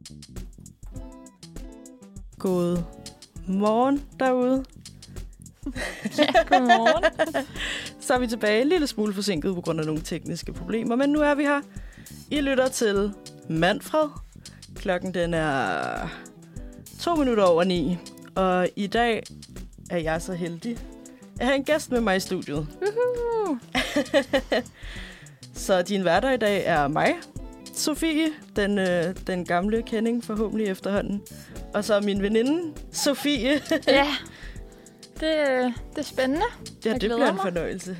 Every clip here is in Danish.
God morgen derude. Ja, godmorgen. Så er vi tilbage, en lille smule forsinket på grund af nogle tekniske problemer, men nu er vi her. I lytter til Manfred. Klokken den er 9:02, og i dag er jeg så heldig at have en gæst med mig i studiet. Så din værter i dag er mig, Sofie, den gamle kending forhåbentlig efterhånden, og så min veninde, Sofie. Ja, det er spændende. Ja, jeg det bliver en fornøjelse.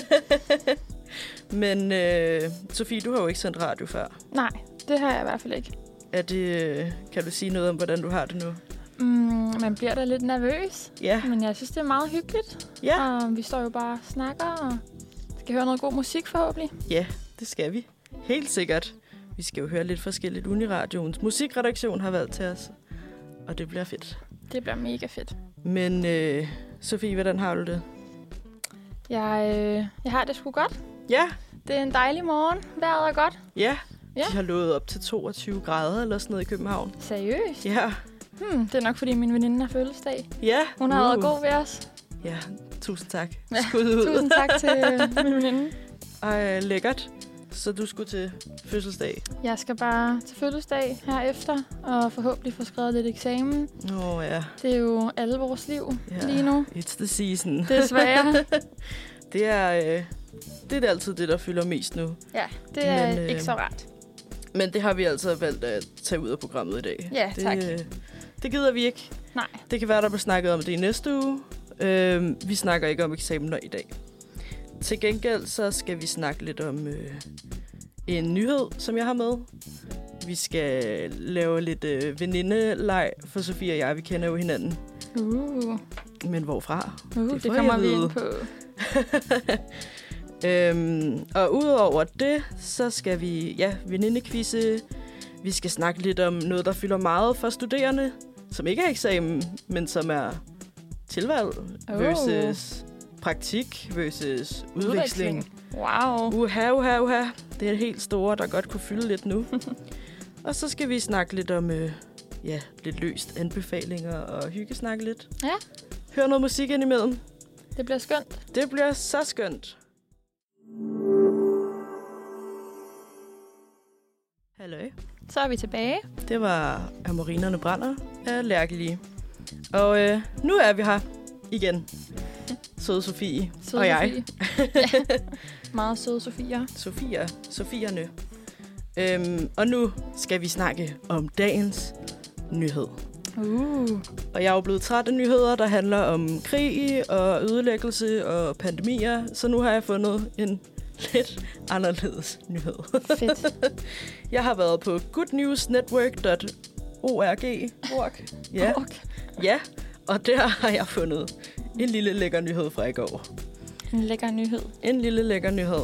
Men Sofie, du har jo ikke sendt radio før. Nej, det har jeg i hvert fald ikke. Kan du sige noget om, hvordan du har det nu? Man bliver da lidt nervøs, Ja. men jeg synes, det er meget hyggeligt. Ja. Og vi står jo bare og snakker, og skal høre noget god musik forhåbentlig. Ja, det skal vi. Helt sikkert. Vi skal jo høre lidt forskelligt. Uniradioens musikredaktion har valgt til os, og det bliver fedt. Det bliver mega fedt. Men Sofie, hvordan har du det? Jeg har det sgu godt. Ja. Det er en dejlig morgen. Vejret er godt. Ja. Ja. De har lovet op til 22 grader eller sådan noget i København. Seriøst? Ja. Det er nok, fordi min veninde har fødselsdag. Ja. Hun har været god ved os. Ja, tusind tak. Ja, Skud ud. tusind tak til min veninde. Ej, lækkert. Så du skulle til fødselsdag? Jeg skal bare til fødselsdag herefter, og forhåbentlig få skrevet lidt eksamen. Ja. Det er jo alle vores liv lige nu. It's the season. Desværre. Det er altid det, der fylder mest nu. Ja, det er ikke så rart. Men det har vi altså valgt at tage ud af programmet i dag. Ja, tak. Det gider vi ikke. Nej. Det kan være, der bliver snakket om det i næste uge. Vi snakker ikke om eksamener i dag. Til gengæld så skal vi snakke lidt om en nyhed, som jeg har med. Vi skal lave lidt venindeleg, for Sofie og jeg, vi kender jo hinanden. Men hvorfra? Det kommer vi ind på. Og udover det, så skal vi venindekvise. Vi skal snakke lidt om noget, der fylder meget for studerende, som ikke er eksamen, men som er tilvalg versus praktik versus udveksling. Wow. Uha. Det er helt store, der godt kunne fylde lidt nu. Og så skal vi snakke lidt om lidt løst anbefalinger og hyggesnakke lidt. Ja. Hør noget musik indimellem. Det bliver skønt. Det bliver så skønt. Hallo. Så er vi tilbage. Det var Amorinerne brænder af Lærkelige. Og nu er vi her igen. Søde Sofie og jeg. Ja. Meget søde Sofia. Sofierne. Og nu skal vi snakke om dagens nyhed. Og jeg er jo blevet træt af nyheder, der handler om krig og ødelæggelse og pandemier. Så nu har jeg fundet en lidt anderledes nyhed. Fedt. Jeg har været på goodnewsnetwork.org. Ja. Ja, og der har jeg fundet en lille lækker nyhed fra i går. En lækker nyhed. En lille lækker nyhed.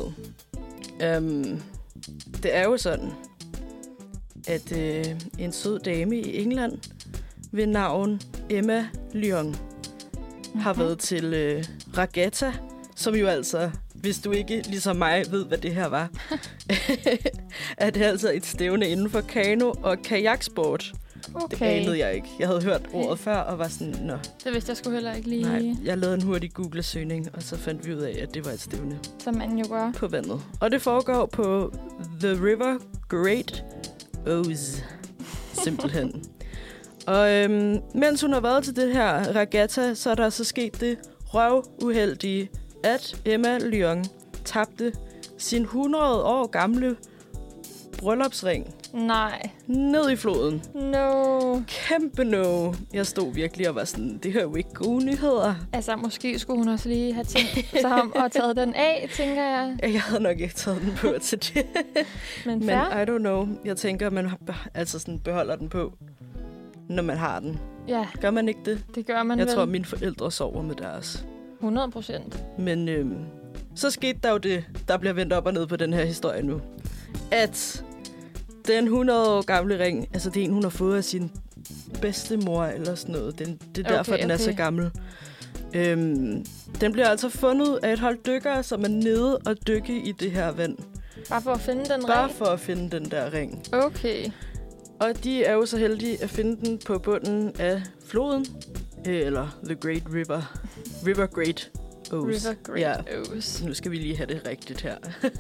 Det er jo sådan, at en sød dame i England ved navn Emma Lyon har været til regatta, som jo altså, hvis du ikke ligesom mig ved, hvad det her var, er det altså et stævne inden for kano- og kajaksport. Okay. Det anede jeg ikke. Jeg havde hørt ordet før og var sådan, nå. Det vidste jeg sgu heller ikke lige. Nej, jeg lavede en hurtig Google-søgning, og så fandt vi ud af, at det var et stævne. Som man jo gør. På vandet. Og det foregår på The River Great Ouse. Simpelthen. Og mens hun har været til det her regatta, så er der så sket det røvuheldige, at Emma Lyon tabte sin 100 år gamle bryllupsring. Nej. Ned i floden. No. Kæmpe no. Jeg stod virkelig og var sådan, det her er jo ikke gode nyheder. Altså, måske skulle hun også lige have tænkt sig om og taget den af, tænker jeg. Jeg havde nok ikke taget den på til det. Men I don't know. Jeg tænker, man altså sådan beholder den på, når man har den. Ja. Gør man ikke det? Det gør man Jeg vel. tror, mine forældre sover med deres. 100%. Men så skete der jo det, der bliver vendt op og ned på den her historie nu. At den 100 år gamle ring, altså det er en, hun har fået af sin bedstemor eller sådan noget. Det er derfor, den er så gammel. Den bliver altså fundet af et hold dykkere, som er nede og dykke i det her vand. Bare for at finde den ring? Bare for at finde den der ring. Okay. Og de er jo så heldige at finde den på bunden af floden, eller The Great River. River Great Ouse. River Great Ouse. Nu skal vi lige have det rigtigt her.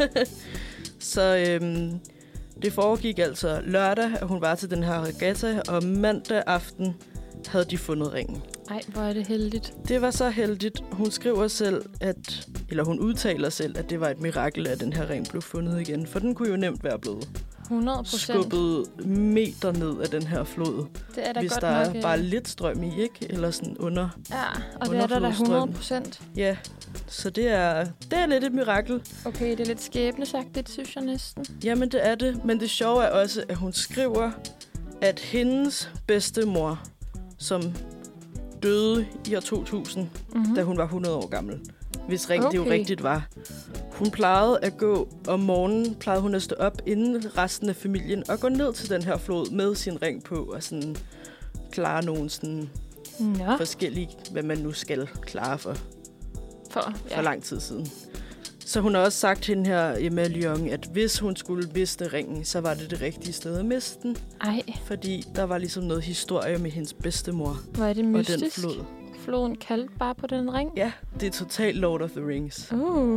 Så det foregik altså lørdag, at hun var til den her regatta, og mandag aften havde de fundet ringen. Ej, hvor er det heldigt. Det var så heldigt. Hun skriver selv, hun udtaler selv, at det var et mirakel, at den her ring blev fundet igen. For den kunne jo nemt være blevet 100%. skubbet meter ned af den her flod. Det er da hvis godt der nok, er bare lidt strøm i, ikke? Eller sådan under. Ja, og det er der 100%. Ja, så det er lidt et mirakel. Okay, det er lidt skæbnesagtigt, synes jeg næsten. Jamen, det er det. Men det sjove er også, at hun skriver, at hendes bedstemor, som døde i år 2000, da hun var 100 år gammel, hvis det jo rigtigt var. Hun plejede at gå om morgenen, plejede hun at stå op inden resten af familien og gå ned til den her flod med sin ring på og sådan klare nogle sådan forskellige, hvad man nu skal klare for lang tid siden. Så hun har også sagt hende her, Emma Lyon, at hvis hun skulle miste ringen, så var det rigtige sted at miste den. Ej. Fordi der var ligesom noget historie med hendes bedstemor. Hvor er det mystisk. Og den flod. Floden kaldte bare på den ring? Ja, det er totalt Lord of the Rings.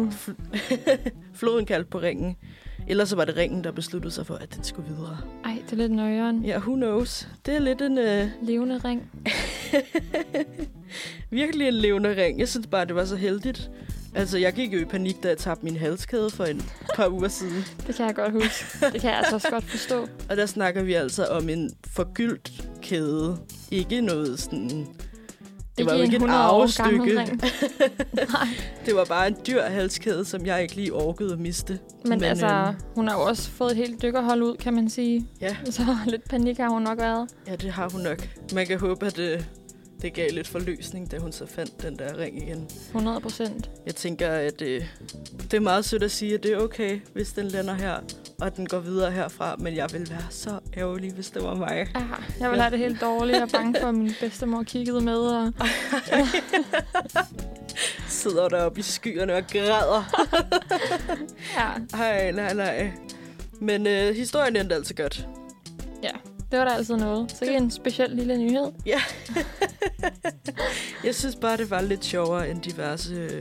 Floden kaldte på ringen. Ellers så var det ringen, der besluttede sig for, at den skulle videre. Ej, det er lidt nøjeren. Ja, who knows. Det er lidt en... levende ring. Virkelig en levende ring. Jeg synes bare, det var så heldigt. Altså, jeg gik jo i panik, da jeg tabte min halskæde for et par uger siden. Det kan jeg godt huske. Det kan jeg altså også godt forstå. Og der snakker vi altså om en forgyldt kæde. Ikke noget sådan... Det var jo ikke et arvestykke. Det var bare en dyr halskæde, som jeg ikke lige orkede at miste. Men altså, hun har jo også fået et helt dykkerhold ud, kan man sige. Ja. Så lidt panik har hun nok været. Ja, det har hun nok. Man kan håbe, at det gav lidt forløsning, da hun så fandt den der ring igen. 100%. Jeg tænker, at det er meget sødt at sige, at det er okay, hvis den lander her, og den går videre herfra. Men jeg vil være så ærgerlig, hvis det var mig. Ja, jeg vil have det helt dårligt. Jeg er bange for, at min bedstemor kiggede med. Og sidder deroppe i skyerne og græder. Ja. Ej, nej. Men historien endte altså godt. Ja. Det var da altid noget. Så en speciel lille nyhed. Ja. Jeg synes bare, det var lidt sjovere end diverse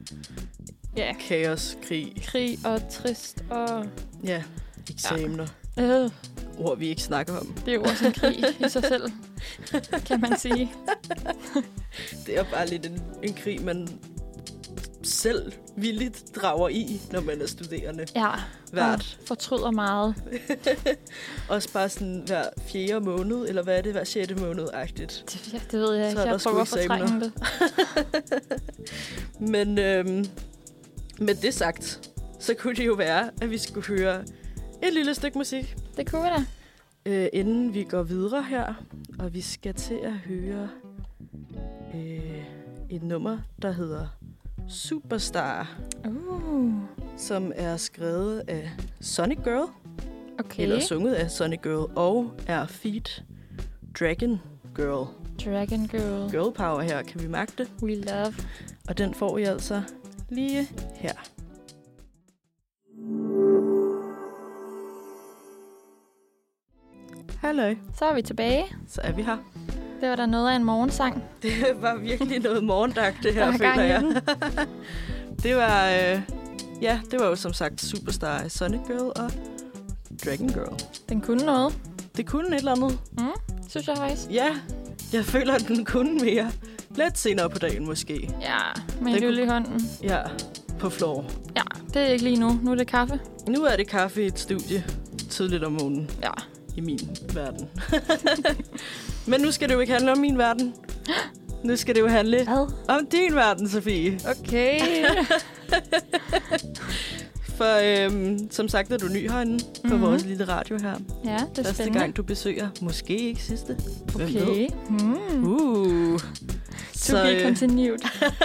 kaos, krig og trist og... Ja, eksamener. Ord, vi ikke snakker om. Det er jo også en krig i sig selv, kan man sige. Det er bare lidt en krig, man selv villigt drager i, når man er studerende. Ja, og fortryder meget. Også bare sådan hver 4. måned, eller hvad er det, hver 6. måned-agtigt. Det ved jeg ikke. Jeg prøver at fortrænge det. Men med det sagt, så kunne det jo være, at vi skulle høre et lille stykke musik. Det kunne vi da. Inden vi går videre her, og vi skal til at høre et nummer, der hedder Superstar, som er skrevet af Sonic Girl, eller sunget af Sonic Girl, og er feat Dragon Girl. Dragon Girl. Girl power her, kan vi mærke det? We love. Og den får I altså lige her. Halløj. Så er vi tilbage. Så er vi her. Det var da noget af en morgensang. Det var virkelig noget morgendag, det her, føler jeg. Det var, det var jo som sagt Superstar af Sonic Girl og Dragon Girl. Den kunne noget. Det kunne et eller andet. Synes jeg faktisk. Ja, jeg føler, at den kunne mere. Lidt senere på dagen måske. Ja, med en lille i hånden. Ja, på floor. Ja, det er ikke lige nu. Nu er det kaffe. Nu er det kaffe i et studie. Tidligt om morgenen. Ja. I min verden. Men nu skal det jo ikke handle om min verden. Nu skal det jo handle om din verden, Sofie. Okay. For som sagt er du ny herinde på vores lille radio her. Ja, det er første spændende. gang, du besøger. Måske ikke sidste. Okay. To be continued.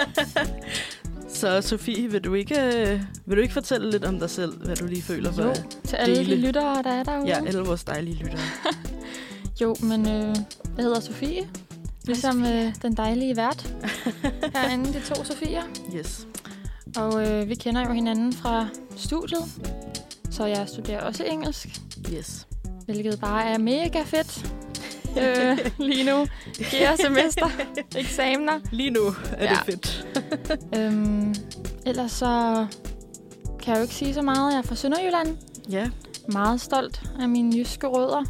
Så Sofie, vil du ikke fortælle lidt om dig selv, hvad du lige føler for at til alle de lyttere, der er derude. Ja, alle vores dejlige lyttere. Jo, men jeg hedder Sofie. Ligesom den dejlige vært. Herinde, de 2 Sofier. Yes. Og vi kender jo hinanden fra studiet. Så jeg studerer også engelsk. Yes. hvilket bare er mega fedt lige nu. 4. semester, eksamener. Lige nu er det fedt. Ellers så kan jeg jo ikke sige så meget. Jeg er fra Sønderjylland. Ja. Meget stolt af mine jyske rødder.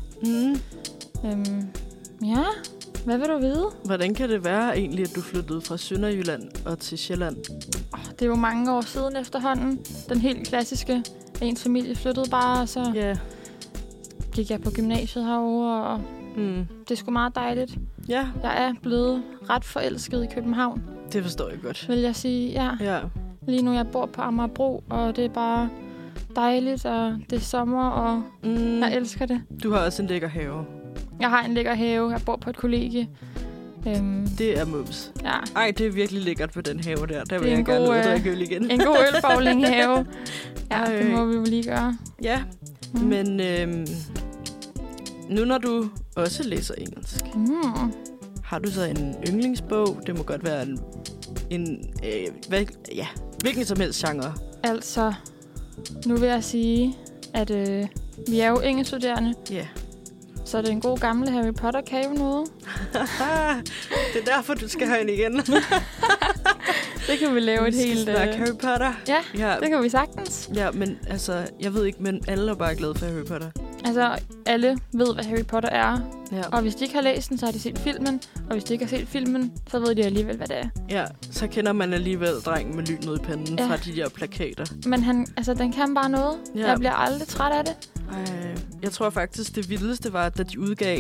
Ja, hvad vil du vide? Hvordan kan det være egentlig, at du flyttede fra Sønderjylland og til Sjælland? Det er jo mange år siden efterhånden. Den helt klassiske. Ens familie flyttede bare, og så gik jeg på gymnasiet herovre, og det er sgu meget dejligt. Ja. Jeg er blevet ret forelsket i København. Det forstår jeg godt. Vil jeg sige, ja. Lige nu jeg bor på Amagerbro, og det er bare dejligt, og det er sommer, og jeg elsker det. Du har også en lækker have. Jeg har en lækker have. Jeg bor på et kollegie. Det er mums. Ja. Ej, det er virkelig lækkert på den have der. Der vil jeg gerne ud og drikke øl igen. En god ølbowling have. Ja, det må vi jo lige gøre. Ja, men nu når du også læser engelsk, har du så en yndlingsbog? Det må godt være hvilken som helst genre. Altså, nu vil jeg sige, at vi er jo engelskstuderende. Ja. Så er det en god gamle Harry Potter, kan jo noget. Det er derfor, du skal herind igen. Det kan vi lave et helt... Harry Potter. Ja, det kan vi sagtens. Ja, men altså, jeg ved ikke, men alle er bare glade for Harry Potter. Altså, alle ved, hvad Harry Potter er. Ja. Og hvis de ikke har læst den, så har de set filmen. Og hvis de ikke har set filmen, så ved de alligevel, hvad det er. Ja, så kender man alligevel drengen med lynet i panden fra de der plakater. Men den kan bare noget. Ja. Jeg bliver aldrig træt af det. Jeg tror faktisk, det vildeste var, da de udgav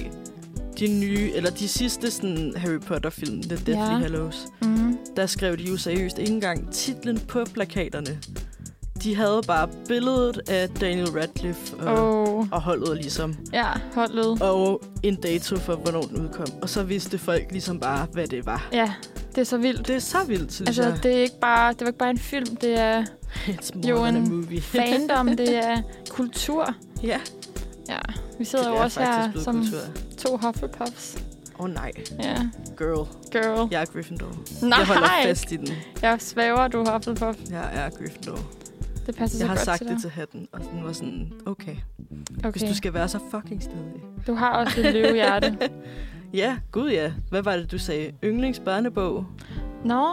de sidste sådan, Harry Potter-film, The Deathly Hallows. Der skrev de jo seriøst ikke engang titlen på plakaterne. De havde bare billedet af Daniel Radcliffe og holdet ligesom. Ja, holdet. Og en dato for, hvornår den udkom. Og så vidste folk ligesom bare, hvad det var. Ja, det er så vildt. Det er så vildt, synes jeg. Det er ikke bare, det var ikke bare en film, det er jo en movie. Fandom, det er kultur. Ja. Ja, vi sidder jo også her som kultur. 2 Hufflepuffs. Nej. Ja. Girl. Jeg er Gryffindor. Nej. Jeg holder fast i den. Jeg svæver, du er Hufflepuff. Jeg er Gryffindor. Det passer så jeg godt har sagt til det til hatten, og den var sådan, okay. Hvis du skal være så fucking stedig. Du har også et løvehjerte. Ja, gud ja. Hvad var det, du sagde? Yndlingsbørnebog? Nå,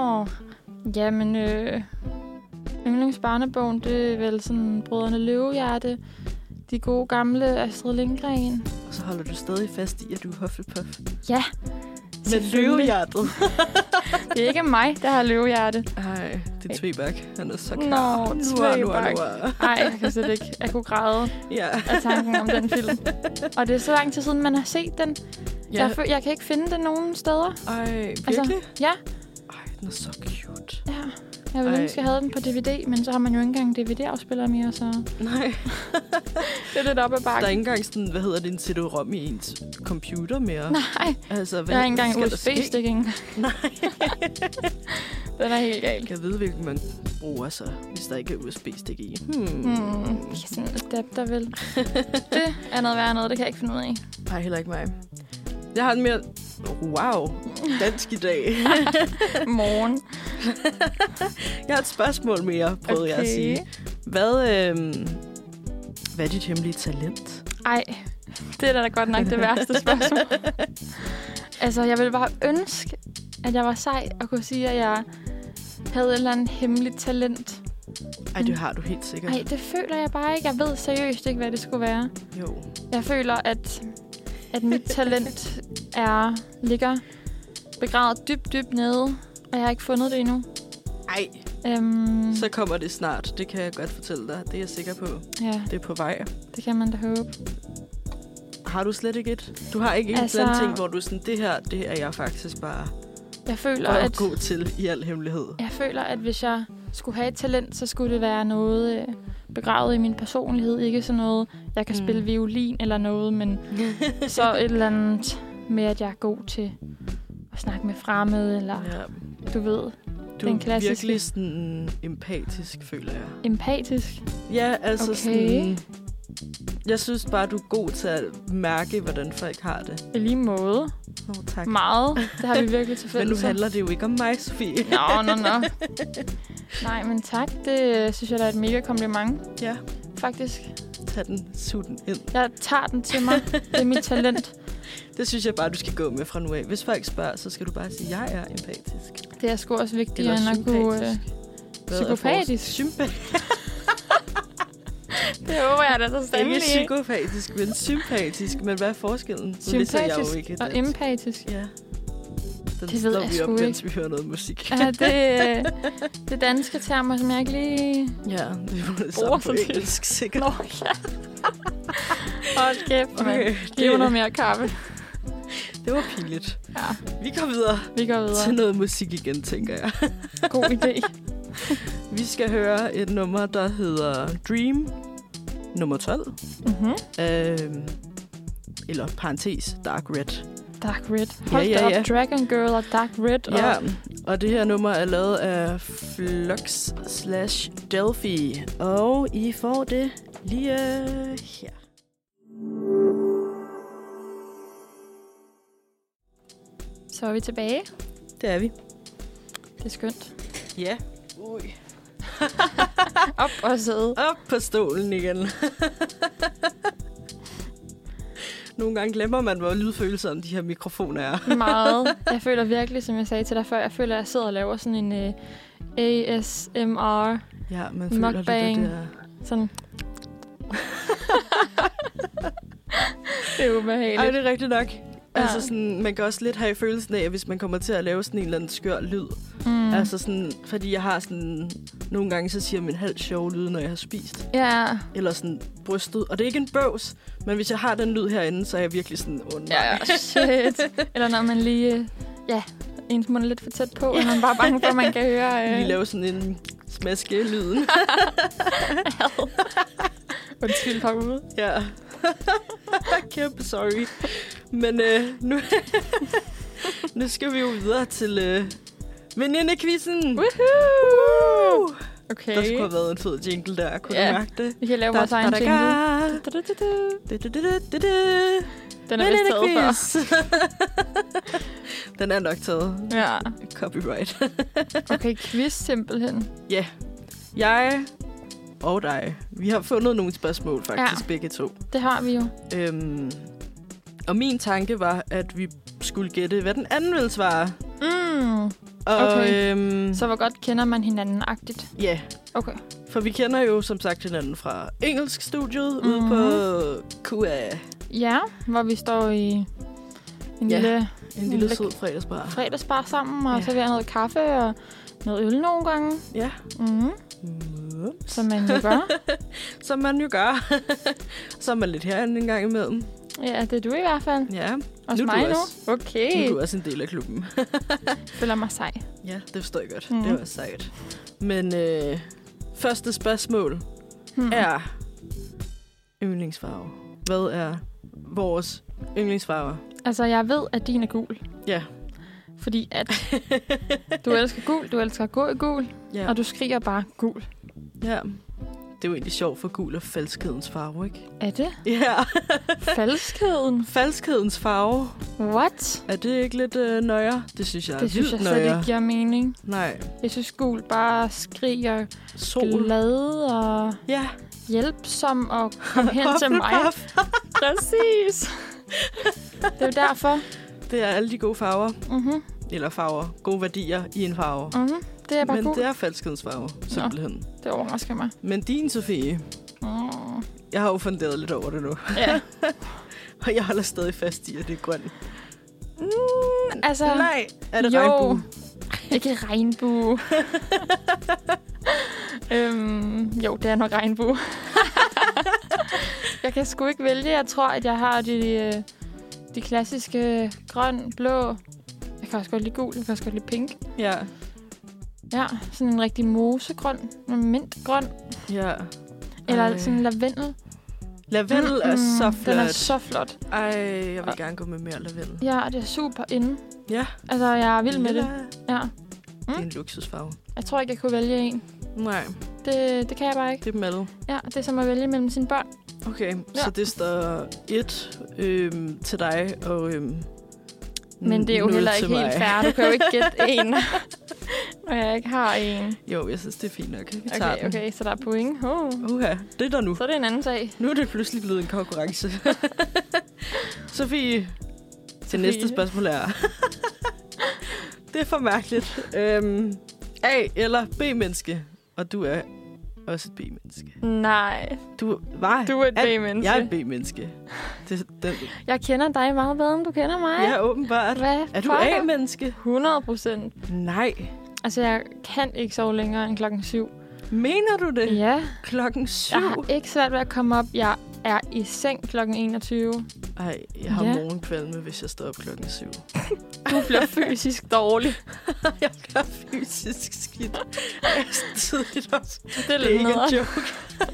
jamen, yndlingsbarnebogen, det er vel sådan Brødrene Løvehjerte, de gode gamle Astrid Lindgren. Og så holder du stadig fast i, at du er Hufflepuff? Ja. Med løvehjertet. Det er ikke mig, der har løvehjerte. Nej, det er Tvebak. Han er så klar. Nå, Tvebak. Nej, jeg kan slet ikke. Jeg kunne græde af tanken om den film. Og det er så lang tid siden, man har set den. Ja. Jeg kan ikke finde den nogen steder. Ej, virkelig? Altså, ja. Ej, den er så cute. Ja. Jeg ville ønske, at jeg havde den på DVD, men så har man jo ikke engang DVD-afspiller mere, så... Nej. Det er lidt op ad bakken. Der er ikke engang sådan, en CD-ROM i ens computer mere. Nej. Altså, jeg har ikke engang USB-sticking. Nej. Den er helt galt. Jeg ved, hvilken man bruger så, hvis der ikke er USB-stik i. Sådan en adapter, vel. Det er noget værre noget, det kan jeg ikke finde ud af. Nej, heller ikke mig. Jeg har en mere... Wow, dansk i dag. Morgen. Jeg har et spørgsmål mere, prøvede jeg at sige. Hvad er dit hemmelige talent? Ej, det er da godt nok det værste spørgsmål. Altså, jeg ville bare ønske, at jeg var sej og kunne sige, at jeg havde et eller andet hemmeligt talent. Ej, det har du helt sikkert. Ej, det føler jeg bare ikke. Jeg ved seriøst ikke, hvad det skulle være. Jo. Jeg føler, at mit talent ligger begravet dybt nede, og jeg har ikke fundet det endnu. Ej, så kommer det snart. Det kan jeg godt fortælle dig. Det er jeg sikker på. Ja. Det er på vej. Det kan man da håbe. Har du slet ikke et? Du har ikke en blandt ting, hvor du er sådan, det er jeg faktisk bare god til i al hemmelighed. Jeg føler, at hvis jeg skulle have et talent, så skulle det være noget begravet i min personlighed. Ikke sådan noget, jeg kan spille violin eller noget, men så et eller andet med, at jeg er god til at snakke med fremmede, eller du ved, den klassiske. Du er virkelig sådan empatisk, føler jeg. Empatisk? Ja, altså sådan... Jeg synes bare, du er god til at mærke, hvordan folk har det. I lige måde. Tak. Meget. Det har vi virkelig til fælles. Men nu handler det jo ikke om mig, Sofie. Nå. Nej, men tak. Det synes jeg, der er et mega kompliment. Ja. Faktisk. Tag den, sug den ind. Jeg tager den til mig. Det er mit talent. Det synes jeg bare, du skal gå med fra nu af. Hvis folk spørger, så skal du bare sige, at jeg er empatisk. Det er sgu også vigtigt, end at kunne... Psykopatisk. Det håber jeg da så stændig. Ikke psykopatisk, men sympatisk. Men hvad er forskellen? Sympatisk og empatisk. Ja. Den det ved jeg sgu ikke. Mens vi hører noget musik. Ja, det danske termer, som jeg ikke lige... Ja, det var det samme på engelsk, sikkert. Nå, ja. Hold kæft, okay, giv noget mere kaffe. Det var pinligt. Ja. Vi går videre til noget musik igen, tænker jeg. God idé. Vi skal høre et nummer, der hedder Dream, nummer 12. Mm-hmm. Eller parentes, Dark Red. Dark Red. Hold da op, Dragon Girl og Dark Red. Ja, og det her nummer er lavet af Flux/Delphi. Og I får det lige her. Så er vi tilbage. Det er vi. Det er skønt. Ja. Ui. Op og sidde. Op på stolen igen. Nogle gange glemmer man, hvor lydfølsomme de her mikrofoner er. Meget. Jeg føler virkelig, som jeg sagde til dig før, jeg føler, at jeg sidder og laver sådan en ASMR. Ja, man føler mukbang. Det der. Sådan. Det er ubehageligt. Ej, det er rigtigt nok. Ja. Altså sådan, man kan også lidt have følelsen af, hvis man kommer til at lave sådan en eller anden skør lyd. Altså sådan, fordi jeg har sådan... Nogle gange så siger min hals sjove lyde, når jeg har spist. Ja. Eller sådan brystet. Og det er ikke en bøvs, men hvis jeg har den lyd herinde, så er jeg virkelig sådan, nej. Ja, shit. Eller når man lige... ens mund er lidt for tæt på, og man er bare bange for, at man kan høre... Lige lave sådan en smaske-lyden. Undskyld herude. Ja. Kæmpe sorry. Men nu skal vi jo videre til venindekvisten. Woohoo! Okay. Der skulle have været en fed jingle der. Kunne du mærke det? Vi kan lave vores egen jingle. Den er vist taget før. Den er nok taget. Ja. Copyright. Okay, quiz simpelthen. Ja. Jeg og dig. Vi har fundet nogle spørgsmål faktisk, begge to. Det har vi jo. Og min tanke var, at vi skulle gætte, hvad den anden ville svare. Okay. Så hvor godt kender man hinanden-agtigt? Ja. Okay. For vi kender jo som sagt hinanden fra engelskstudiet ude på QA. Ja, hvor vi står i en lille sød fredagsbar. Fredagsbar sammen, og så vil jeg noget kaffe og noget øl nogle gange. Ja. Som man jo gør. Som man jo gør. Så er man lidt herinde en gang imellem. Ja, det er du i hvert fald. Ja. Også mig nu. Okay. Nu er du også en del af klubben. Føler mig sej. Ja, det forstår jeg godt. Det var sejt. Men første spørgsmål er yndlingsfarve. Hvad er vores yndlingsfarver? Altså, jeg ved, at din er gul. Ja. Fordi at du elsker gul, du elsker at gå i gul, og du skriger bare gul. Ja. Det er jo egentlig sjovt, for gul er falskhedens farve, ikke? Er det? Ja. Falskheden? Falskhedens farve. What? Er det ikke lidt nøjer? Det synes jeg er vildt synes jeg slet ikke giver mening. Nej. Jeg synes, gul bare skriger sol, glad og hjælpsom og kom hen til mig. Præcis. Det er jo derfor. Det er alle de gode farver. Mm-hmm. Eller farver. Gode værdier i en farve. Mm-hmm. Det er bare Men gul. det er falskhedens farve, simpelthen. Nå, det overrasker mig. Men din, Sofie. Jeg har jo funderet lidt over det nu. Ja. Og jeg holder stadig fast i, at det er grøn. Altså... Nej, er det regnbue? Ikke regnbue. Jo, det er nok regnbue. Jeg kan sgu ikke vælge. Jeg tror, at jeg har de klassiske grøn, blå. Jeg kan også godt lide gul. Jeg kan også godt lide pink. Ja. Ja, sådan en rigtig mosegrøn. Mintgrøn. Ja. Eller sådan en lavendel. Lavendel er så flot. Den er så flot. Ej, jeg vil gerne gå med mere lavendel. Ja, det er super inde. Ja. Altså, jeg er vild med det. Ja. Det er en luksusfarve. Jeg tror ikke, jeg kunne vælge en. Nej. Det kan jeg bare ikke. Det er dem alle. Ja, det er som at vælge mellem sine børn. Okay, så det står 1 til dig og men det er jo heller ikke helt fair. Du kan jo ikke gætte en. Og jeg ikke har en. Jo, jeg synes, det er fint nok. Jeg tager den. Okay, så der er point. Uha, det er der nu. Så er det en anden sag. Nu er det pludselig blevet en konkurrence. Sofie, det næste spørgsmål er... Det er for mærkeligt. A- eller B-menneske? Og du er også et B-menneske. Nej. Du er et B-menneske. Jeg er et B-menneske. Jeg kender dig meget bedre, end du kender mig. Ja, åbenbart. Hvad? Er du A-menneske? 100%. Nej. Altså, jeg kan ikke sove længere end 7:00. Mener du det? Ja. 7:00? Jeg har ikke svært ved at komme op. Jeg er i seng 21:00. Ej, jeg har morgenkvalme, hvis jeg står op 7:00. Du bliver fysisk dårlig. Jeg bliver fysisk skidt. Jeg er så tidligt også. Det er lidt ikke nederen. en joke.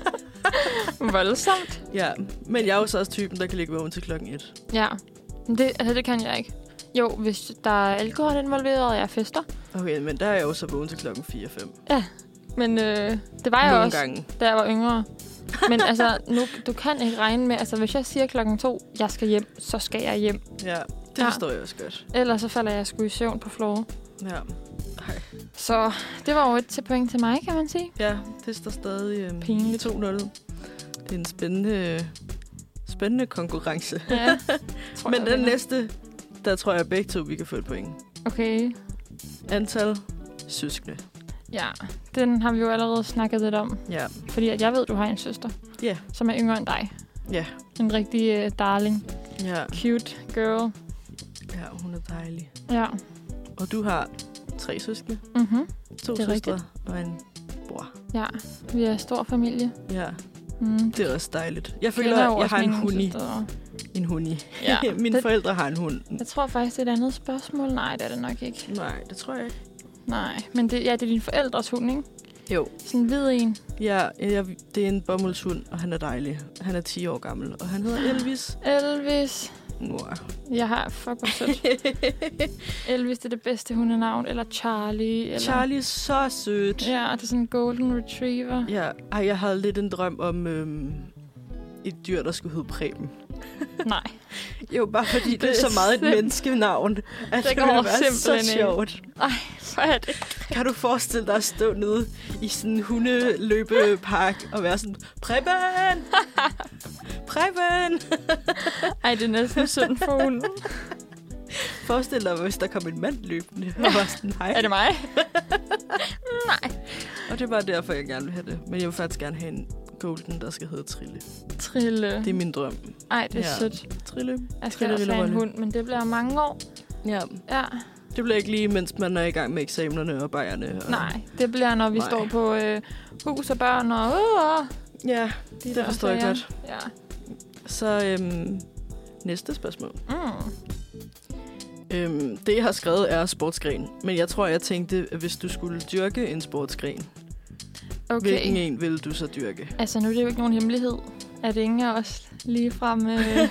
Voldsomt. Ja, men jeg er jo så også typen, der kan ligge vågen til 1:00. Ja, det kan jeg ikke. Jo, hvis der er alkohol involveret, og jeg fester. Okay, men der er jeg jo så vågen til 4:05. Ja, men det var jeg nogle også, gange. Da jeg var yngre. Men altså, nu, du kan ikke regne med, altså hvis jeg siger 2:00, jeg skal hjem, så skal jeg hjem. Ja, det forstår jeg også godt. Ellers så falder jeg sgu i søvn på floor. Ja. Ej. Så det var jo et point til mig, kan man sige. Ja, det står stadig 2-0. Det er en spændende konkurrence. Ja, men den næste, der tror jeg begge to, vi kan få et point. Okay. Antal søskende. Ja, den har vi jo allerede snakket lidt om. Ja. Fordi at jeg ved, du har en søster, som er yngre end dig. Ja. En rigtig darling. Ja. Cute girl. Ja, hun er dejlig. Ja. Og du har 3 søskende. 2 søstre og en bror. Ja, vi er en stor familie. Ja, det er også dejligt. Jeg føler, jeg har en hundi. En hundi. Ja. Mine forældre har en hund. Jeg tror faktisk, det er et andet spørgsmål. Nej, det er det nok ikke. Nej, det tror jeg ikke. Nej, men det er din forældres hund, ikke? Jo. Sådan en hvid en. Ja, det er en bomuldshund, og han er dejlig. Han er 10 år gammel, og han hedder Elvis. Elvis. Wow. Jeg har fuck hvor sødt. Elvis, det er det bedste hundenavn. Eller Charlie. Eller... Charlie er så sødt. Ja, det er sådan en golden retriever. Ja, jeg havde lidt en drøm om et dyr, der skulle hedde Preben. Nej. Jo, bare fordi det er så meget et menneskenavn, at det går ville være så sjovt. Ej, så er det. Kan du forestille dig at stå nede i sådan en hundeløbepark og være sådan, Preben! Preben! Ej, det er næsten synd for hunden. Forestil dig, hvis der kom en mand løbende og var sådan, hej. Er det mig? Nej. Og det var derfor, jeg gerne vil have det. Men jeg vil faktisk gerne have en golden, der skal hedde Trille. Trille. Det er min drøm. Ej, det er sødt. Trille. Jeg skal også have en hund, men det bliver mange år. Ja. Ja. Det bliver ikke lige, mens man er i gang med eksamenerne og bajerne. Og... Nej, det bliver, når vi står på hus og børn og... Ja, det forstår jeg godt. Ja. Så næste spørgsmål. Det, jeg har skrevet, er sportsgren. Men jeg tror, jeg tænkte, at hvis du skulle dyrke en sportsgren, hvilken en ville du så dyrke? Altså, nu er det jo ikke nogen hemmelighed, at ingen af os ligefrem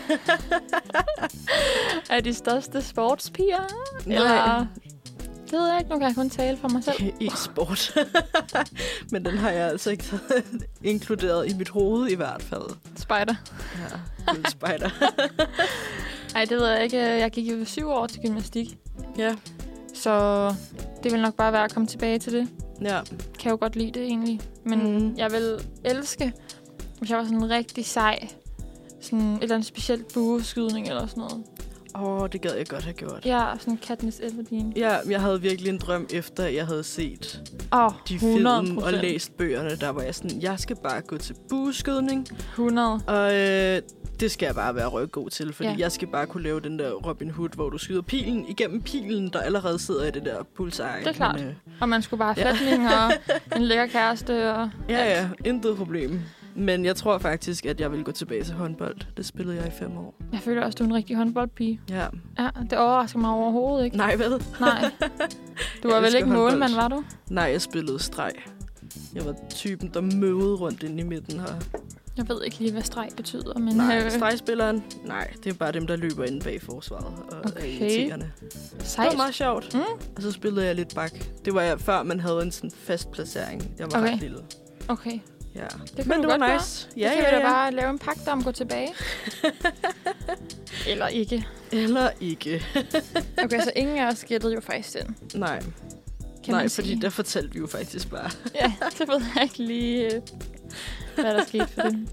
er de største sportspiger. Nej. Eller... Det ved jeg ikke. Nu kan jeg kun tale for mig selv. E-sport. Men den har jeg altså ikke inkluderet i mit hoved i hvert fald. Spider. Ja, spider. Ej, det ved jeg ikke. Jeg gik jo 7 år til gymnastik. Ja. Så det vil nok bare være at komme tilbage til det. Ja. Kan jo godt lide det egentlig. Men jeg vil elske, hvis jeg var sådan rigtig sej. Sådan et eller andet specielt bueskydning eller sådan noget. Det gad jeg godt have gjort. Ja, sådan Katniss Everdeen. Ja, jeg havde virkelig en drøm efter, jeg havde set de 100%. film og læst bøgerne. Der var jeg sådan, jeg skal bare gå til bueskydning. 100. Og det skal jeg bare være røggod til, fordi jeg skal bare kunne lave den der Robin Hood, hvor du skyder pilen igennem pilen, der allerede sidder i det der bullseye. Det er klart. Og man skulle bare have flætning og en lækker kæreste. Og ja, intet problem. Men jeg tror faktisk, at jeg vil gå tilbage til håndbold. Det spillede jeg i 5 år. Jeg føler også, du er en rigtig håndboldpige. Ja. Ja, det overrasker mig overhovedet ikke. Nej, hvad? Nej. Du var vel ikke målmand, var du? Nej, jeg spillede streg. Jeg var typen, der møvede rundt ind i midten her. Jeg ved ikke lige, hvad streg betyder, men... Nej, stregspilleren? Nej, det er bare dem, der løber inde bag forsvaret og er irriterende. Sejt. Det var meget sjovt. Og så spillede jeg lidt bak. Det var jeg, før man havde en sådan fast placering. Jeg var ret lille. Okay. Ja. Det men det var nice. Ja, så kan vi da bare lave en pagt om at gå tilbage. Eller ikke. Eller ikke. Okay, så ingen af os gættede jo faktisk den. Nej. man Nej, sige. fordi der fortalte vi jo faktisk bare. Ja, det ved jeg ikke lige, hvad der skete for det.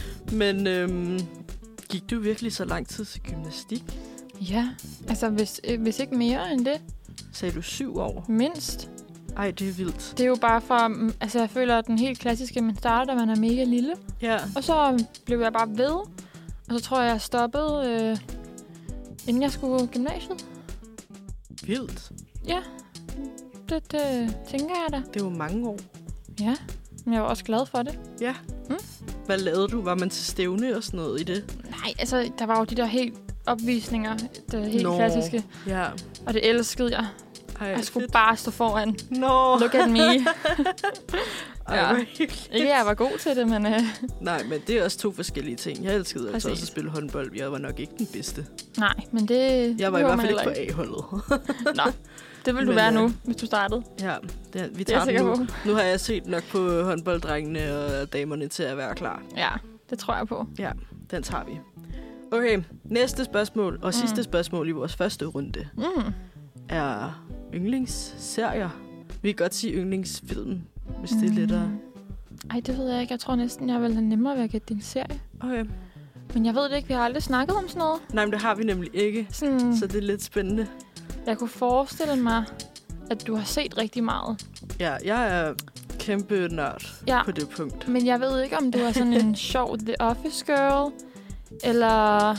Men gik du virkelig så lang tid til gymnastik? Ja, altså hvis ikke mere end det. Sagde du 7 år? Mindst. Ej, det er vildt. Det er jo bare for... Altså, jeg føler, at den helt klassiske, man starter, da man er mega lille. Ja. Og så blev jeg bare ved. Og så tror jeg stoppede, inden jeg skulle på gymnasiet. Vildt. Ja, det tænker jeg da. Det er jo mange år. Ja, men jeg var også glad for det. Ja. Hvad lavede du? Var man til stævne og sådan noget i det? Nej, altså, der var jo de der helt opvisninger, det helt klassiske. Ja. Og det elskede jeg. Ej, Jeg skulle fedt. bare stå foran. Nå. Look at me. Ej, Ja. hvor hyggeligt. Ikke, jeg var god til det, men... Nej, men det er også 2 forskellige ting. Jeg elskede altså Præcis. også at spille håndbold. Jeg var nok ikke den bedste. Nej, men det... Jeg var i behøver hvert fald man ikke heller på A-holdet. Nå, det vil du Men, være ja. nu, hvis du startede. Ja, vi Det er jeg tager den sikker nu. på. Nu har jeg set nok på håndbolddrengene og damerne til at være klar. Ja, det tror jeg på. Ja, den tager vi. Okay, næste spørgsmål og sidste spørgsmål i vores første runde er yndlingsserier. Vi kan godt sige yndlingsfilm, hvis det er lettere. Ej, det ved jeg ikke. Jeg tror næsten, jeg vil have nemmere ved at gætte din serie. Okay. Men jeg ved det ikke. Vi har aldrig snakket om sådan noget. Nej, men det har vi nemlig ikke, Sådan, så det er lidt spændende. jeg kunne forestille mig, at du har set rigtig meget. Ja, jeg er kæmpe nørd Ja. på det punkt. Men jeg ved ikke, om du er sådan en sjov The Office Girl, eller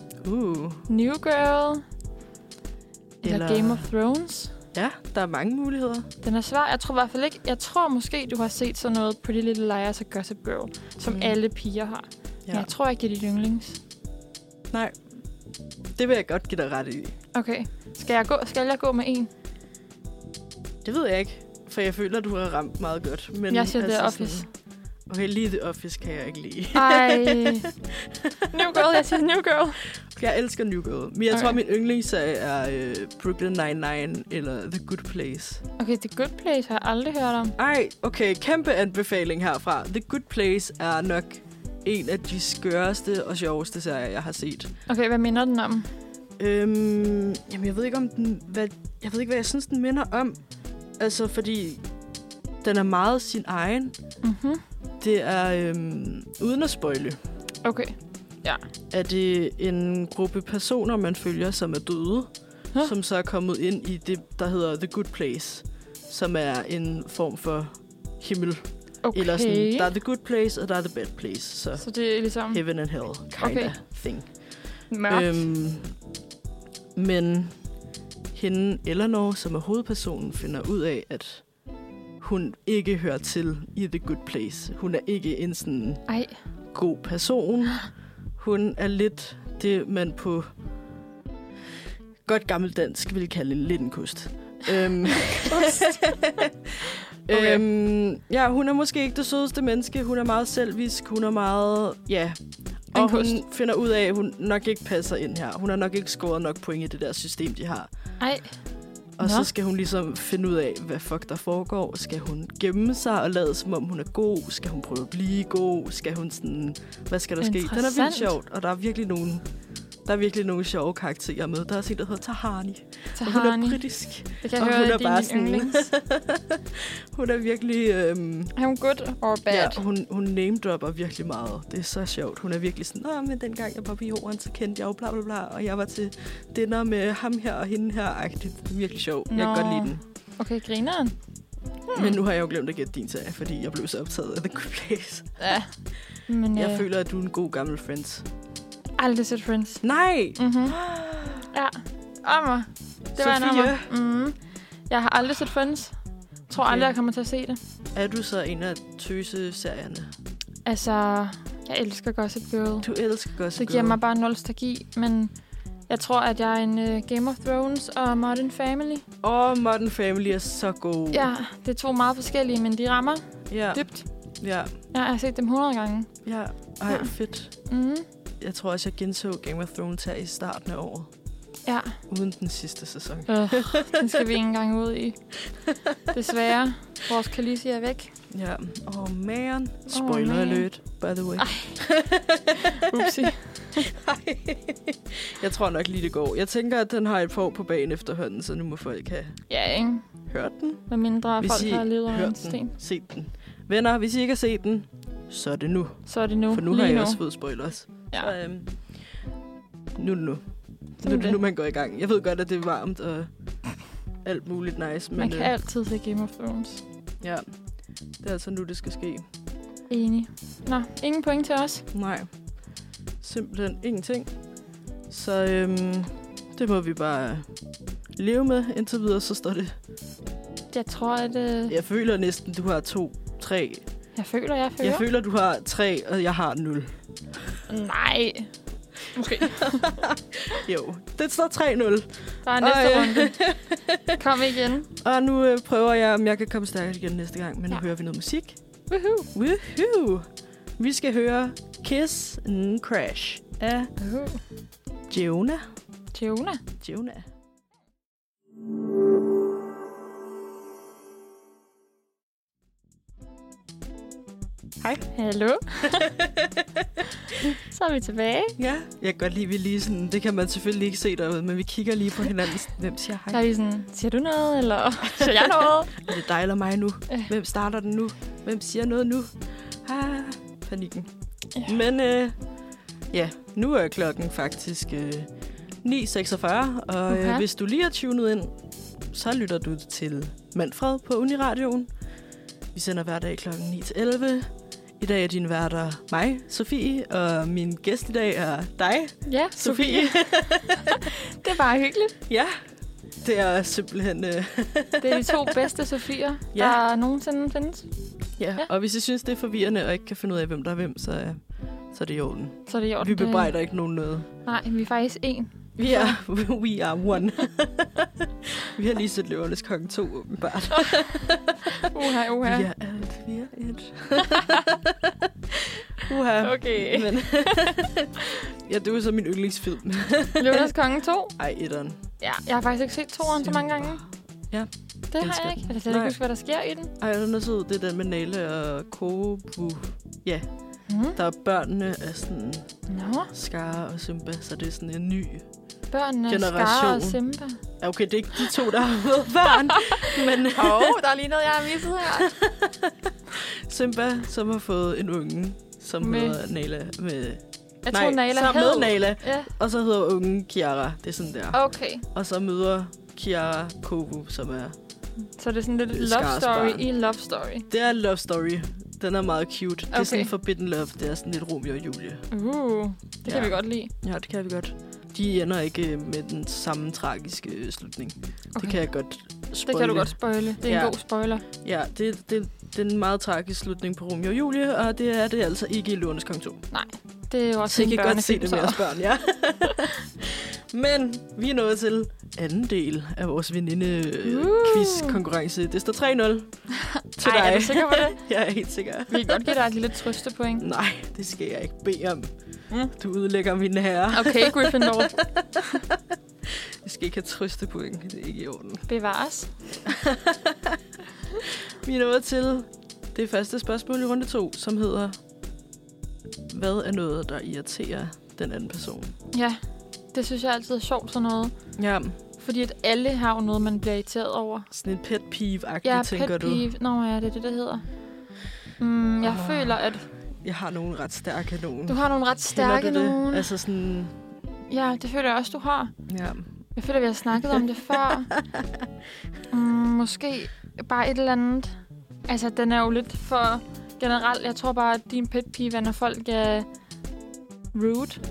New Girl, eller Game of Thrones. Ja, der er mange muligheder. Den er svær. Jeg tror i hvert fald ikke... Jeg tror måske, du har set sådan noget Pretty Little Liars og Gossip Girl, som alle piger har. Ja. Men jeg tror ikke, det er dit yndlings. Nej, det vil jeg godt give dig ret i. Okay. Skal jeg gå med en? Det ved jeg ikke, for jeg føler, du har ramt meget godt. Men Jeg siger The altså Office. Sådan, okay, lige The Office kan jeg ikke lide. Ej. New Girl, jeg siger New Girl. Jeg elsker New Girl, men jeg tror, min yndlingsserie er Brooklyn Nine-Nine eller The Good Place. Okay, The Good Place har jeg aldrig hørt om. Ej, okay, kæmpe anbefaling herfra. The Good Place er nok en af de skøreste og sjoveste serier, jeg har set. Okay, hvad minder den om? Jamen, jeg ved ikke, hvad jeg synes, den minder om. Altså, fordi den er meget sin egen. Mhm. Det er, uden at spoile, Okay. Ja. er det en gruppe personer, man følger, som er døde, som så er kommet ind i det, der hedder The Good Place, som er en form for himmel. Okay. Eller sådan, der er The Good Place, og der er The Bad Place. Så det er ligesom... heaven and hell kind of thing. Mørkt. Men hende, Eleanor, som er hovedpersonen, finder ud af, at hun ikke hører til i The Good Place. Hun er ikke en sådan god person. Hun er lidt det, man på godt gammeldansk vil kalde lidt en kost. Ja, hun er måske ikke det sødeste menneske. Hun er meget selvisk. Hun er meget... Ja. Og hun finder ud af, at hun nok ikke passer ind her. Hun har nok ikke scoret nok point i det der system, de har. Ej. Og så skal hun ligesom finde ud af, hvad fuck der foregår. Skal hun gemme sig og lade som om hun er god? Skal hun prøve at blive god? Skal hun sådan... Hvad skal der ske? Den er vildt sjovt, og der er virkelig nogle sjove karakterer med. Der er en, der hedder Tahani. Og hun er britisk. Det kan jeg høre, det er din yndlings. Hun er virkelig... Er hun good or bad? Ja, hun name-dropper virkelig meget. Det er så sjovt. Hun er virkelig sådan, men dengang jeg var på jorden, så kendte jeg jo bla bla bla, og jeg var til dinner med ham her og hende her-agtigt. Det er virkelig sjovt. Jeg kan godt lide den. Okay, grineren. Men nu har jeg jo glemt at gætte din serie, fordi jeg blev så optaget af The Good Place. Ja. Men, jeg føler, at du er en god gammel Friends. Aldrig set Friends. Nej! Mm-hmm. Ja. Ommer. Det var en ommer. Mm. Jeg har aldrig set Friends. Tror aldrig, jeg kommer til at se det. Er du så en af tøse-serierne? Altså, jeg elsker Gossip Girl. Du elsker Gossip Girl. Det giver mig bare nostalgi, men jeg tror, at jeg er en Game of Thrones og Modern Family. Modern Family er så god. Ja, det er 2 meget forskellige, men de rammer dybt. Ja. Ja, jeg har set dem 100 gange. Ja, fedt. Mm. Jeg tror også, jeg genså Game of Thrones her i starten af året. Ja. Uden den sidste sæson. Den skal vi ikke engang ud i. Desværre. Vores Khaleesi er væk. Ja. Man. Spoiler alert, by the way. Upsi. Jeg tror nok lige, det går. Jeg tænker, at den har et par år på bagen efterhånden, så nu må folk have... Ja, ikke? hørt den. Med mindre Hvis folk I har levet under en hørt sten. den, set den. Venner, hvis I ikke har set den, så er det nu. Så er det nu. For nu Lige har jeg nu. også fået spoilers. Ja. Så, nu. Nu er det nu, man går i gang. Jeg ved godt, at det er varmt og alt muligt nice. Men, Man kan altid se Game of Thrones. Ja, det er altså nu, det skal ske. Enig. Nå, ingen point til os. Nej, simpelthen ingenting. Så det må vi bare leve med. Indtil videre, så står det. Jeg tror, at... Jeg føler næsten, du har 2, 3. Jeg føler. Jeg føler, du har 3, og jeg har 0. Nej. Måske. Jo, det står 3-0. Der er næste runde. Kom igen. Og nu prøver jeg, om jeg kan komme stærkt igen næste gang. Men nu Ja. hører vi noget musik. Woohoo. Woohoo! Vi skal høre Kiss and Crash af Giona. Giona. Giona. Hej. Hallo. Så er vi tilbage. Ja, jeg kan godt lide, vi lige sådan, det kan man selvfølgelig ikke se derude, men vi kigger lige på hinanden. Hvem siger hej? Der er lige sådan, siger du noget, eller siger jeg noget? Er det dig eller mig nu? Hvem starter den nu? Hvem siger noget nu? Panikken. Ja. Men ja, nu er klokken faktisk 9.46, og hvis du lige er tunet ind, så lytter du til Manfred på Uniradioen. Vi sender hver dag klokken 9 til 11. I dag er din værter mig, Sofie, og min gæst i dag er dig, Ja, Sofie. Det er bare hyggeligt. Ja, det er simpelthen... Det er de 2 bedste Sofier, Ja. der nogensinde findes. Ja, og hvis I synes, det er forvirrende, og ikke kan finde ud af, hvem der er hvem, så er det i orden. Så er det i orden. Vi bebrejder ikke nogen noget. Nej, vi er faktisk 1. We are one. Vi har lige set Løvernes Konge 2, åbenbart. Uha. Vi er alt, vi er et. Uha. Okay. Men ja, det var så min yndlingsfilm. Løvernes Konge 2? Ej, etteren. Ja, jeg har faktisk ikke set 2'eren så mange gange. Ja. Det har jeg ikke. Jeg kan slet ikke huske, hvad der sker i den. Ej, den er sød. Det er den med Nale og Kobu. Ja. Der er børnene af sådan Scar og Simba, så det er sådan en ny børnene generation. Scar og Simba. Ja, okay, det er ikke de 2, der har fået børn. Men der er lige noget, jeg har misset her. Simba, som har fået en unge, som hedder Nala. Jeg tror, Nala sammen med Nala. Ja. Og så hedder ungen Kiara. Det er sådan der. Okay. Og så møder Kiara Kovu, som er... Så det er sådan lidt love story i love story. Det er en love story. Den er meget cute. Okay. Det er sådan forbidden love. Det er sådan lidt Romeo og Julie. Det kan vi godt lide. Ja, det kan vi godt. De ender ikke med den samme tragiske slutning. Okay. Det kan jeg godt spoile. Det kan du godt spoile. Det er en god spoiler. Ja, det er en meget tragisk slutning på Romeo og Julie, og det er det altså ikke i Løvernes Konge 2. Nej, det er jo også så en børnefilm. Så I kan godt se det med jeres børn, ja. Men vi er nået til anden del af vores veninde-quiz-konkurrence. Det står 3-0 til dig. Er du sikker på det? Jeg er helt sikker. Vi kan godt give dig et lille trøstepoint. Nej, det skal jeg ikke bede om. Du udlægger mine herrer. Okay, Gryffindor. Jeg skal ikke have trøstepoint. Det er ikke i orden. Bevares. Vi er nået til det første spørgsmål i runde 2, som hedder: hvad er noget, der irriterer den anden person? Ja, det synes jeg altid er sjovt sådan noget. Ja. Fordi at alle har jo noget, man bliver irriteret over. Sådan en pet peeve-agtig, tænker du? Ja, pet peeve. Nå ja, det er det, der hedder. Jeg føler, at... Jeg har nogle ret stærke nogen. Du har nogle ret stærke nogen. Altså sådan... Ja, det føler jeg også, du har. Ja. Jeg føler, vi har snakket om det før. Måske bare et eller andet. Altså, den er jo lidt for generelt. Jeg tror bare, at din pet peeve er, når folk er rude.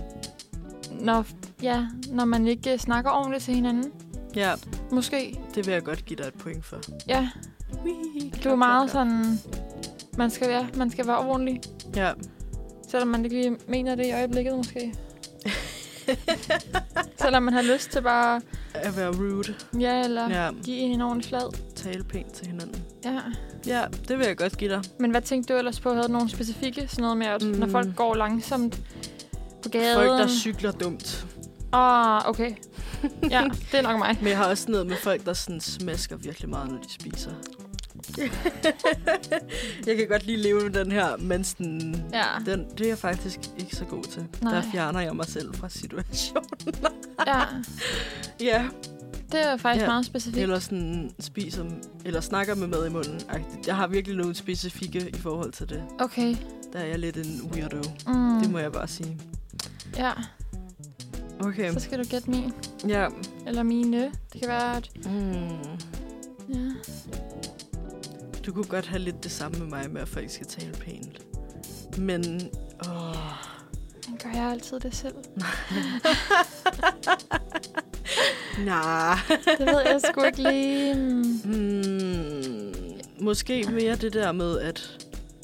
Når man ikke snakker ordentligt til hinanden. Ja. Måske. Det vil jeg godt give dig et point for. Ja. Du er meget sådan... Man skal være ordentlig. Ja. Selvom man ikke lige mener det i øjeblikket, måske. Selvom man har lyst til bare... at være rude. Ja, eller give en ordentlig flad. Tale pænt til hinanden. Ja. Ja, det vil jeg godt give dig. Men hvad tænkte du ellers på? Havde du nogle specifikke? Sådan noget med, at når folk går langsomt på gaden? Folk, der cykler dumt. Okay. Ja, det er nok mig. Men jeg har også noget med folk, der sådan smasker virkelig meget, når de spiser. Jeg kan godt lige leve med den her, men sådan, det er jeg faktisk ikke så god til. Nej. Der fjerner jeg mig selv fra situationen. Ja. Ja. det er faktisk meget specifikt. Eller sådan spiser, eller snakker med mad i munden. Jeg har virkelig nogle specifikke i forhold til det. Okay. Der er jeg lidt en weirdo. Det må jeg bare sige. Ja. Okay. Så skal du gætte min. Ja. Eller mine. Det kan være, at... Ja. Du kunne godt have lidt det samme med mig, med at folk skal tale pænt. Men... Men gør jeg altid det selv? Nej. Det ved jeg sgu ikke lige. Måske mere det der med, at...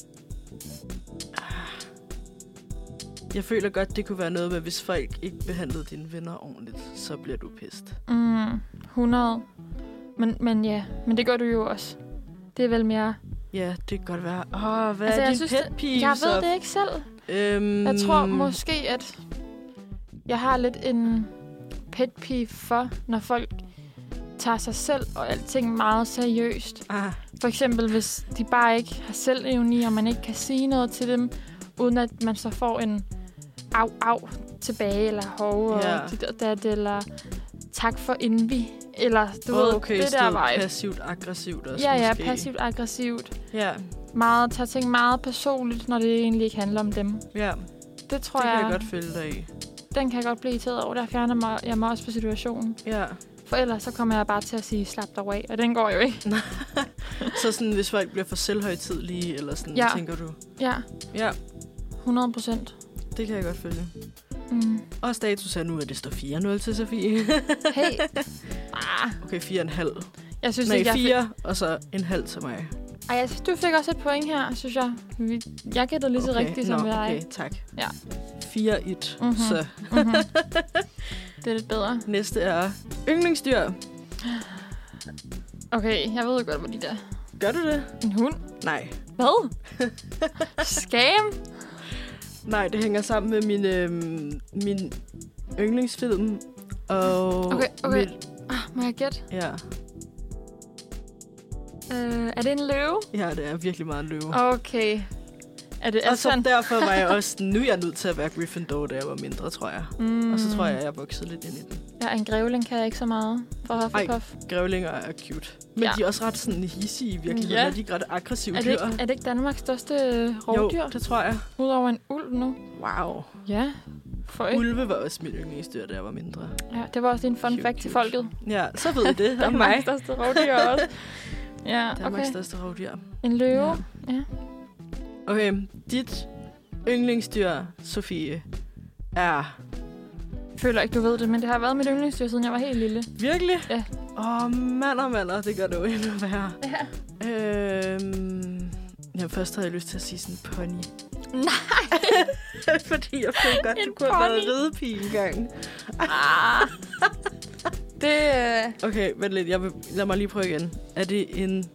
Jeg føler godt, det kunne være noget med, hvis folk ikke behandlede dine venner ordentligt, så bliver du pissed. 100. Men ja, men det gør du jo også. Det er vel mere... Ja, det kan godt være. Hvad er din pet peeves? Jeg ved det ikke selv. Jeg tror måske, at jeg har lidt en pet peeve for, når folk tager sig selv og alting meget seriøst. For eksempel, hvis de bare ikke har selvevne i, og man ikke kan sige noget til dem, uden at man så får en au tilbage, eller hov, og dit og dat, eller tak for envy, eller du ved, det der vibe. Passivt-aggressivt også Ja, måske. passivt-aggressivt. Ja. Meget, tager ting meget personligt, når det egentlig ikke handler om dem. Ja. Det tror det kan jeg jeg godt følge dig i. Den kan jeg godt blive irriteret over. Der fjerner jeg mig også på situationen. Ja. For ellers så kommer jeg bare til at sige, slap dig af, og den går jo ikke. Så sådan, hvis folk bliver for selvhøjtidelige, eller sådan, tænker du? Ja. Ja. 100%. Det kan jeg godt følge. Og status er nu, at det står 4-0 til Sofie. Hey. Okay, 4,5. Jeg synes ikke, 4, og så en halv til mig. Ej, jeg synes, du fik også et point her, synes jeg. Jeg gættede lige så rigtigt som dig. Okay, tak. Ja. 4-1, så. Det er lidt bedre. Næste er yndlingsdyr. Okay, jeg ved godt, hvor de der. Gør du det? En hund? Nej. Hvad? Scam? Nej, det hænger sammen med min yndlingsfilm. Og okay. Må jeg gætte? Ja. Er det en løve? Ja, det er virkelig meget en løve. Okay. Er det og så derfor var jeg også... Nu er jeg nødt til at være Gryffindor, da jeg var mindre, tror jeg. Og så tror jeg voksede lidt ind i den. Ja, en grævling kan jeg ikke så meget for Hufflepuff. Ej, grævlinger er cute. Men de er også ret sådan hissige i virkeligheden. Ja. De er ret aggressive dyr. Er det ikke Danmarks største rovdyr? Jo, det tror jeg. Udover en ulv nu. Wow. Ja. Ulve var også mit yndlingsdyr, da jeg var mindre. Ja, det var også en fun fact til folket. Ja, så ved I det om mig. Danmarks største rovdyr også. Ja, okay. Danmarks største rovdyr. En løve. Ja. Okay, dit yndlingsdyr, Sofie, er... Jeg føler ikke, du ved det, men det har været mit yndlingsdyr, siden jeg var helt lille. Virkelig? Ja. Mander, det gør det jo endnu værre. Ja. Først havde jeg lyst til at sige sådan en pony. Nej! Fordi jeg følte godt, du kunne have været ridepige engang. Det... Okay, vent lidt. Lad mig lige prøve igen. Er det en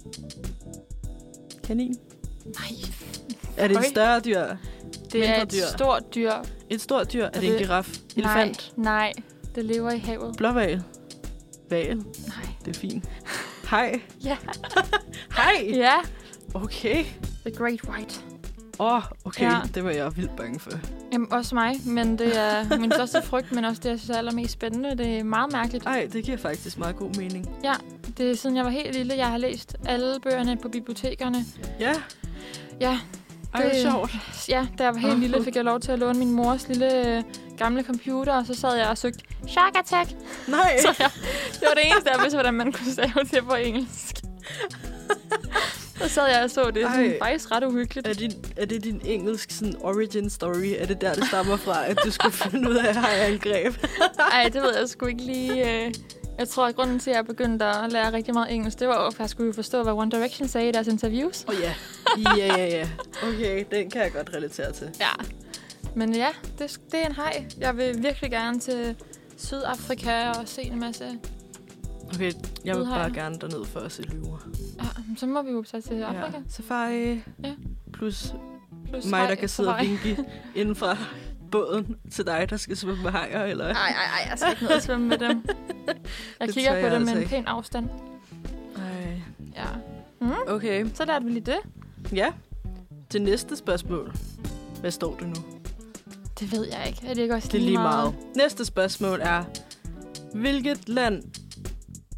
kanin? Nej. Er det et større dyr? Det er et stort dyr. Et stort dyr? Er det en giraf? Elefant? Nej. Det lever i havet. Blåhval? Hval? Nej. Det er fint. Hej. Ja. Hej? Ja. Okay. The Great White. Okay. Ja. Det var jeg vildt bange for. Jamen, også mig. Men det er min største frygt, men også det, jeg synes er allermest spændende. Det er meget mærkeligt. Ej, det giver faktisk meget god mening. Ja. Det er siden jeg var helt lille. Jeg har læst alle bøgerne på bibliotekerne. Ja. Ja. Ej, det er sjovt. Ja, da jeg var helt lille, fik jeg lov til at låne min mors lille gamle computer, og så sad jeg og søgte Shark Attack. Nej. Så det var det eneste, jeg vidste, hvordan man kunne stave det på engelsk. Så sad jeg og så det. Sådan, faktisk ret uhyggeligt. Er det din engelsk sådan, origin story? Er det der, det stammer fra, at du skulle finde ud af, at jeg angreb? Ej, det ved jeg sgu ikke lige. Jeg tror, at grunden til, at jeg begyndte at lære rigtig meget engelsk, det var, at jeg skulle forstå, hvad One Direction sagde i deres interviews. Ja. Okay, den kan jeg godt relatere til. Ja. Men ja, det er en haj. Jeg vil virkelig gerne til Sydafrika og se en masse... Okay, jeg vil bare gerne derned for at se løver. Ja, så må vi jo tage til Afrika. Ja, safari. Ja. Plus mig, der kan sidde og vinke inden fra båden til dig, der skal svømme med hajer, eller? Nej, jeg skal ikke ned og svømme med dem. Jeg kigger på dem med en pæn afstand. Ej. Ja. Okay. Så lærte vi lige det. Ja. Til næste spørgsmål. Hvad står det nu? Det ved jeg ikke. Er det ikke også det er lige meget? Næste spørgsmål er, hvilket land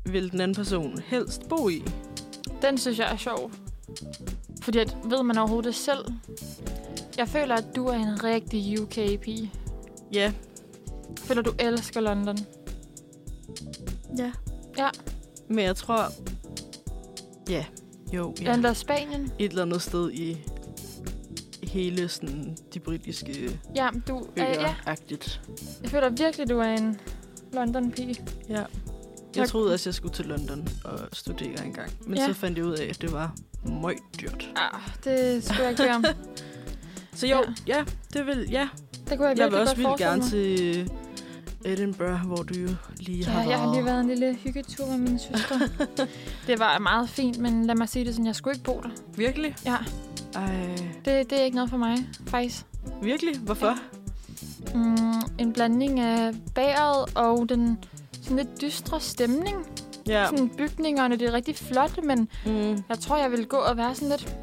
vil den anden person helst bo i? Den synes jeg er sjov. Fordi ved man overhovedet det selv? Jeg føler, at du er en rigtig UK-pige. Ja. Jeg føler, du elsker London. Ja. Ja. Men jeg tror... Ja. Jo, ja. Eller Spanien. Et eller andet sted i hele sådan, de britiske Ja, du øer-agtigt. Jeg føler virkelig, du er en London-pige. Ja. Jeg troede også, jeg skulle til London og studere engang. Men så fandt jeg ud af, at det var meget dyrt. Det skulle jeg ikke gøre om. Så jo, ja, det vil... Ja. Det kunne jeg vil også godt gerne til Edinburgh, hvor du jo lige har været. Jeg har lige været en lille hyggetur med mine søstre. Det var meget fint, men lad mig sige det sådan, jeg skulle ikke bo der. Virkelig? Ja. Ej. Det er ikke noget for mig, faktisk. Virkelig? Hvorfor? Ja. En blanding af bæret og den sådan lidt dystre stemning. Ja. Sådan bygningerne, det er rigtig flot, men jeg tror, jeg vil gå og være sådan lidt...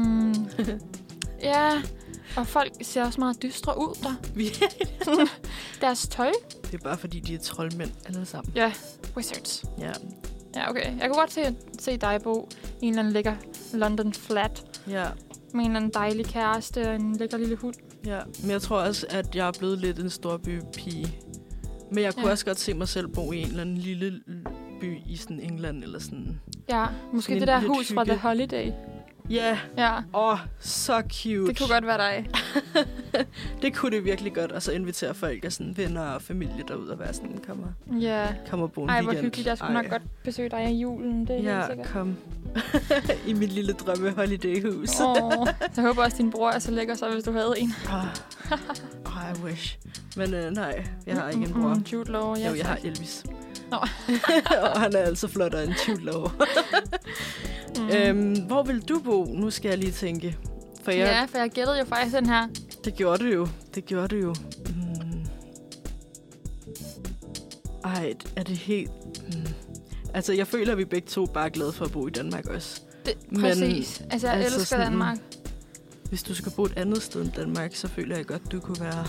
ja, og folk ser også meget dystre ud der. Deres tøj. Det er bare fordi, de er troldmænd alle sammen. Ja, wizards. Ja. Ja, okay. Jeg kunne godt se dig bo i en eller anden lækker London flat. Ja. Med en eller anden dejlig kæreste og en lækker lille hund. Ja, men jeg tror også, at jeg er blevet lidt en storbypige. Men jeg kunne også godt se mig selv bo i en eller anden lille by i sådan England eller sådan. Ja, måske sådan det der hus fra The Holiday. Ja. Så cute. Det kunne godt være dig. Det kunne det virkelig godt. Og så invitere folk og sådan venner og familie derud og være sådan, kom og bo en weekend. Hvor hyggeligt. Jeg skulle nok godt besøge dig i julen. Det er helt sikkert. Kom. I mit lille drømme holiday-hus. Så håber også, din bror er så lækker, så hvis du havde en. I wish. Men nej, jeg har ikke en bror. Jude Law, ja. Jo, jeg har Elvis. Og han er altså flottere end Jude Law. Hvor vil du bo? Nu skal jeg lige tænke. For jeg gættede jo faktisk den her. Det gjorde du jo. Ej, er det helt... Altså, jeg føler, at vi begge to bare er glade for at bo i Danmark også. Præcis. Altså, jeg elsker sådan, Danmark. Hvis du skal bo et andet sted end Danmark, så føler jeg godt, du kunne være...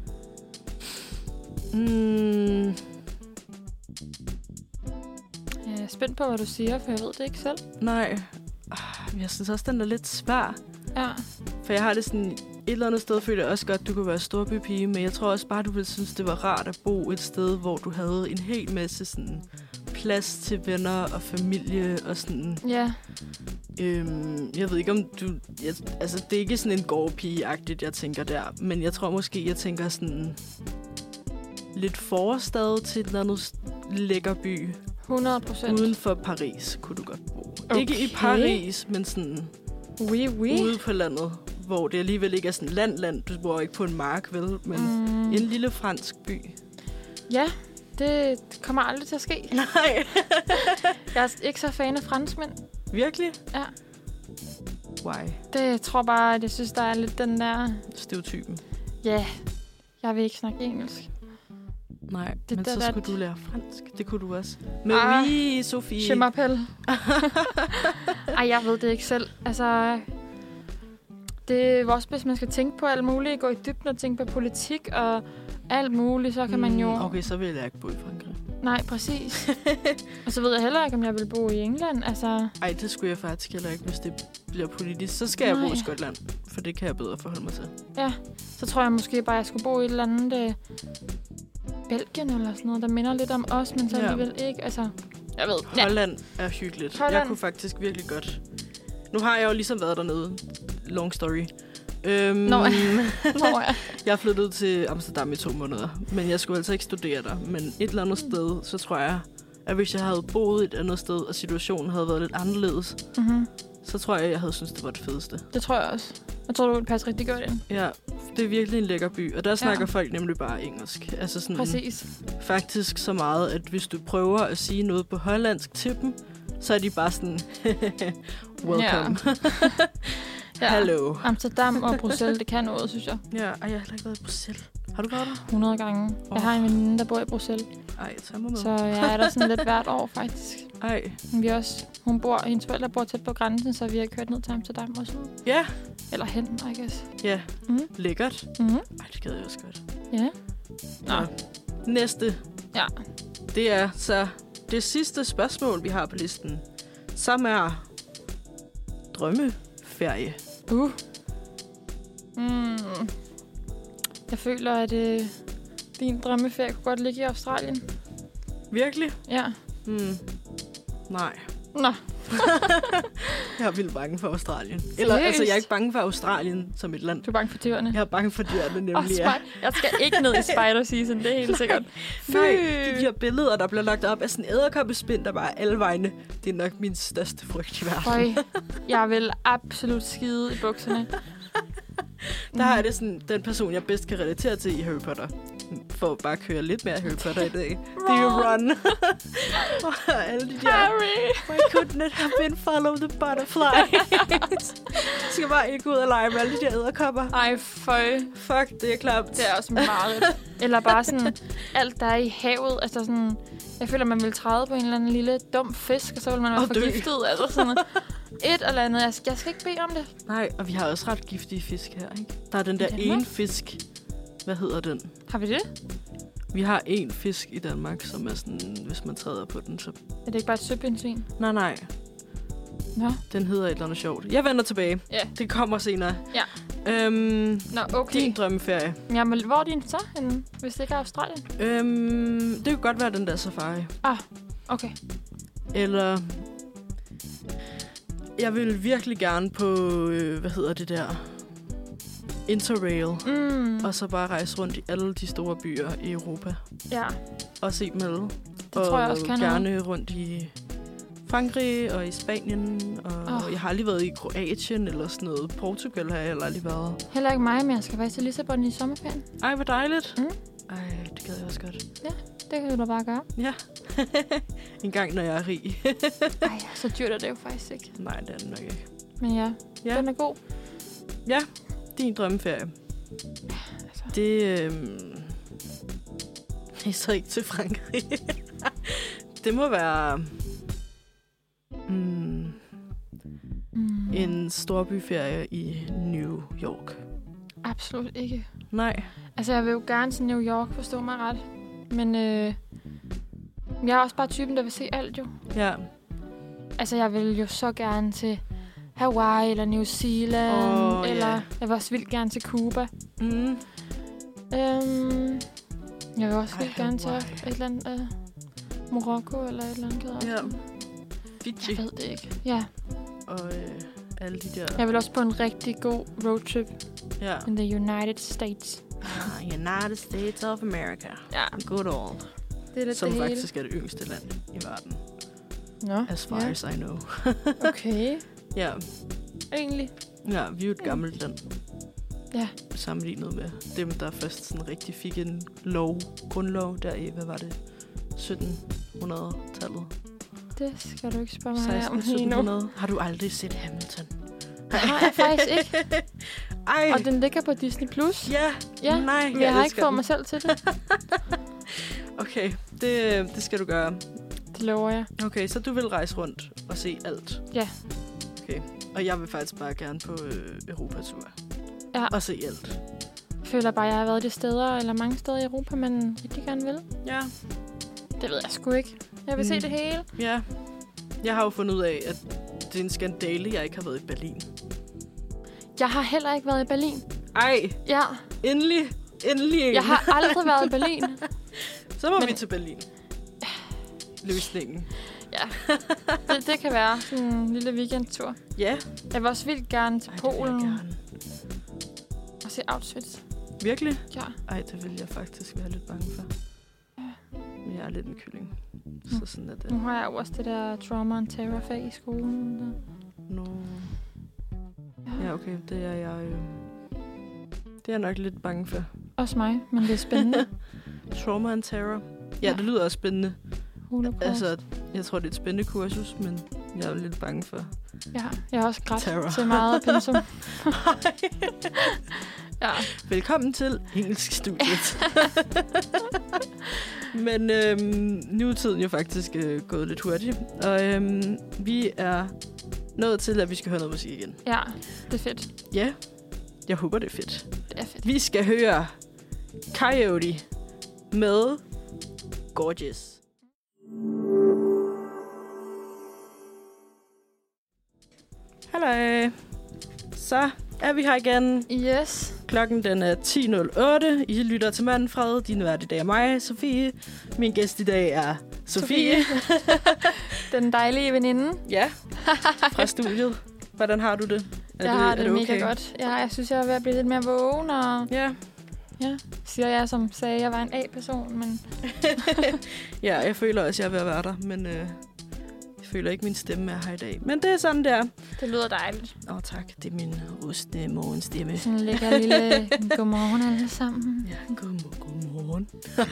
Jeg er spændt på, hvad du siger, for jeg ved det ikke selv. Nej. Jeg synes også, den er lidt svær. Ja. For jeg har det sådan... Et eller andet sted føler jeg også godt, du kunne være storbypige, men jeg tror også bare, du ville synes, det var rart at bo et sted, hvor du havde en hel masse sådan plads til venner og familie og sådan... Ja. Jeg ved ikke, om du... altså, det er ikke sådan en gårdpige-agtigt, jeg tænker der, men jeg tror måske, jeg tænker sådan... lidt forstad til et eller andet lækker by. 100%. Uden for Paris kunne du godt bo. Okay. Ikke i Paris, men sådan... ude på landet, hvor det alligevel ikke er sådan land. Du bor ikke på en mark, vel? Men en lille fransk by. Ja, det kommer aldrig til at ske. Nej. Jeg er ikke så fan af franskmænd. Virkelig? Ja. Why? Det tror bare, at jeg synes, der er lidt den der... stereotypen. Ja. Jeg vil ikke snakke engelsk. Nej, men så skulle du lære fransk. Det kunne du også. Men oui, Sofie. Je m'appelle. Ej, jeg ved det ikke selv. Altså, det er også, hvis man skal tænke på alt muligt, gå i dybden og tænke på politik og alt muligt, så kan man jo... Okay, så vil jeg ikke bo i Frankrig. Nej, præcis. Og så ved jeg heller ikke, om jeg vil bo i England. Altså... Ej, det skulle jeg faktisk heller ikke, hvis det bliver politisk. Så skal jeg bo i Skotland, for det kan jeg bedre forholde mig til. Ja, så tror jeg måske bare, at jeg skulle bo i et eller andet... Belgien eller sådan noget, der minder lidt om os, men så alligevel ikke. Altså, jeg ved. Holland er hyggeligt. Jeg kunne faktisk virkelig godt. Nu har jeg jo ligesom været dernede. Long story. Jeg flyttede til Amsterdam i 2 måneder, men jeg skulle altså ikke studere der. Men et eller andet sted, så tror jeg, at hvis jeg havde boet et andet sted, og situationen havde været lidt anderledes, så tror jeg havde syntes, det var det fedeste. Det tror jeg også. Jeg tror, du ville passe rigtig godt ind. Ja, det er virkelig en lækker by, og der snakker folk nemlig bare engelsk. Altså sådan, præcis. Faktisk så meget, at hvis du prøver at sige noget på hollandsk til dem, så er de bare sådan, welcome. Ja. Hello. Amsterdam og Bruxelles, det kan noget, synes jeg. Ja, og jeg har heller ikke været i Bruxelles. Har du været der? 100 gange. Jeg har en veninde, der bor i Bruxelles. Ej, tag mig med. Så jeg er der sådan lidt hvert år, faktisk. Ej. Vi også, hendes forældre bor tæt på grænsen, så vi har kørt ned til Amsterdam og sådan. Ja. Eller hen, I guess. Ja, lækkert. Ej, det gad jeg også godt. Ja. Nå. Næste. Ja. Det er så det sidste spørgsmål, vi har på listen, som er drømmeferie. Jeg føler, at din drømmeferie kunne godt ligge i Australien. Virkelig? Ja. Nej. Nå. Jeg er vildt bange for Australien. Eller, altså, jeg er ikke bange for Australien som et land. Du er bange for dyrene? Jeg er bange for dyrene, nemlig. Jeg skal ikke ned i spider season, det er helt sikkert. Nej, de her billeder, der bliver lagt op af sådan en edderkoppespind, der bare er alle vegne. Det er nok min største frygt i verden. Jeg vil absolut skide i bukserne. Der er det sådan, den person, jeg bedst kan relatere til i Harry Potter. For at bare køre lidt mere Harry Potter i dag. Det er jo Ron. Alle de der... Harry! Why couldn't it have been follow the butterfly? Skal bare ikke ud og lege med alle de der edderkopper. Ej, føj. Fuck, det er klamt. Det er også meget. Eller bare sådan, alt der er i havet. Altså sådan, jeg føler, man vil træde på en eller anden lille dum fisk, og så vil man være forgiftet. Altså sådan et eller andet. Jeg skal ikke bede om det. Nej, og vi har også ret giftige fisk her, ikke? Der er den der ene fisk. Hvad hedder den? Har vi det? Vi har en fisk i Danmark, som er sådan, hvis man træder på den, så... Er det ikke bare et søpindsvin? Nej. Nå. Den hedder et eller andet sjovt. Jeg vender tilbage. Ja. Det kommer senere. Ja. Nå, okay. Din drømmeferie. Jamen, hvor er din så henne, hvis det ikke er Australien? Det kunne godt være den der safari. Okay. Eller... Jeg vil virkelig gerne på, hvad hedder det der... Interrail. Og så bare rejse rundt i alle de store byer i Europa. Ja. Og se dem alle. Det tror jeg også kan gerne noget. Rundt i Frankrig og i Spanien. Og jeg har aldrig været i Kroatien eller sådan noget. Portugal har jeg aldrig været. Heller ikke mig, men jeg skal faktisk til Lissabon i sommerferien. Ej, hvor dejligt. Ej, det gad jeg også godt. Ja, det kan du da bare gøre. Ja. En gang, når jeg er rig. Ej, så dyrt er det jo faktisk ikke. Nej, det er det nok ikke. Men ja, den er god. Ja, din drømmeferie. Altså. Det er så ikke til Frankrig. Det må være en storbyferie i New York. Absolut ikke. Nej. Altså, jeg vil jo gerne til New York, forstå mig ret. Men jeg er også bare typen, der vil se alt jo. Ja. Altså, jeg vil jo så gerne til Hawaii eller New Zealand. Eller jeg vil også vildt gerne til Cuba. Jeg vil også vildt gerne til et eller andet Marokko eller et eller andet. Ja. Fiji. Jeg ved det ikke. Ja. Og alle de der... Jeg vil også på en rigtig god roadtrip. Ja. In the United States. United States of America. Ja. Good old. Det er lidt som det faktisk er det yngste land i verden. Nå. As far as I know. Okay. Ja. Egentlig. Ja, vi er jo et gammelt land. Ja. Sammenlignet med dem, der først sådan rigtig fik en grundlov der i, hvad var det, 1700-tallet? Det skal du ikke spørge mig om lige nu. Har du aldrig set Hamilton? Det har jeg faktisk ikke. Ej. Og den ligger på Disney+. Ja. Nej. Men jeg har ikke fået mig selv til det. Okay, det skal du gøre. Det lover jeg. Okay, så du vil rejse rundt og se alt? Ja. Okay, og jeg vil faktisk bare gerne på Europatur. Ja. Og se alt. Jeg føler bare, at jeg har været de steder, eller mange steder i Europa, man rigtig gerne vil. Ja. Det ved jeg sgu ikke. Jeg vil se det hele. Ja. Jeg har jo fundet ud af, at det er en skandale, jeg ikke har været i Berlin. Jeg har heller ikke været i Berlin. Ej. Ja. Endelig. Jeg har aldrig været i Berlin. Så må vi til Berlin. Løsningen. Ja. Det kan være sådan en lille weekendtur. Ja. Jeg vil også vildt gerne til Polen. Gerne. Og se Auschwitz. Virkelig? Ja. Ej, det vil jeg faktisk være lidt bange for. Men jeg er lidt en kylling. Så sådan er det. Nu har jeg også det der trauma and terror fag i skolen. No. Ja, okay. Det er jeg... Det er jeg nok lidt bange for. Også mig, men det er spændende. Trauma and terror. Ja, det lyder også spændende. Holocaust. Altså, jeg tror, det er et spændende kursus, men jeg er lidt bange for Ja, jeg har også grædt terror. til meget pensum. Ja. Velkommen til engelskstudiet. Men nu er tiden jo faktisk gået lidt hurtigt. Og vi er nået til, at vi skal høre noget musik igen. Ja, det er fedt. Ja, jeg håber, det er fedt. Det er fedt. Vi skal høre Coyote med Gorgeous. Halløj. Så er vi her igen. Yes. Klokken den er 10.08. I lytter til Manfred. Din vært i dag er mig, Sofie. Min gæst i dag er Sofie. Den dejlige veninde. Ja, fra studiet. Hvordan har du det? Jeg har det mega godt. Ja, jeg synes, jeg er ved at blive lidt mere vågen. Og Ja. ja, siger jeg, som sagde, jeg var en A-person. Men Ja, jeg føler også, jeg er ved at være der. Men jeg føler ikke, min stemme er her i dag. Men det er sådan, der. det lyder dejligt. Tak. Det er min rustne morgenstemme. Sådan en lækker lille godmorgen alle sammen. Ja, godmorgen.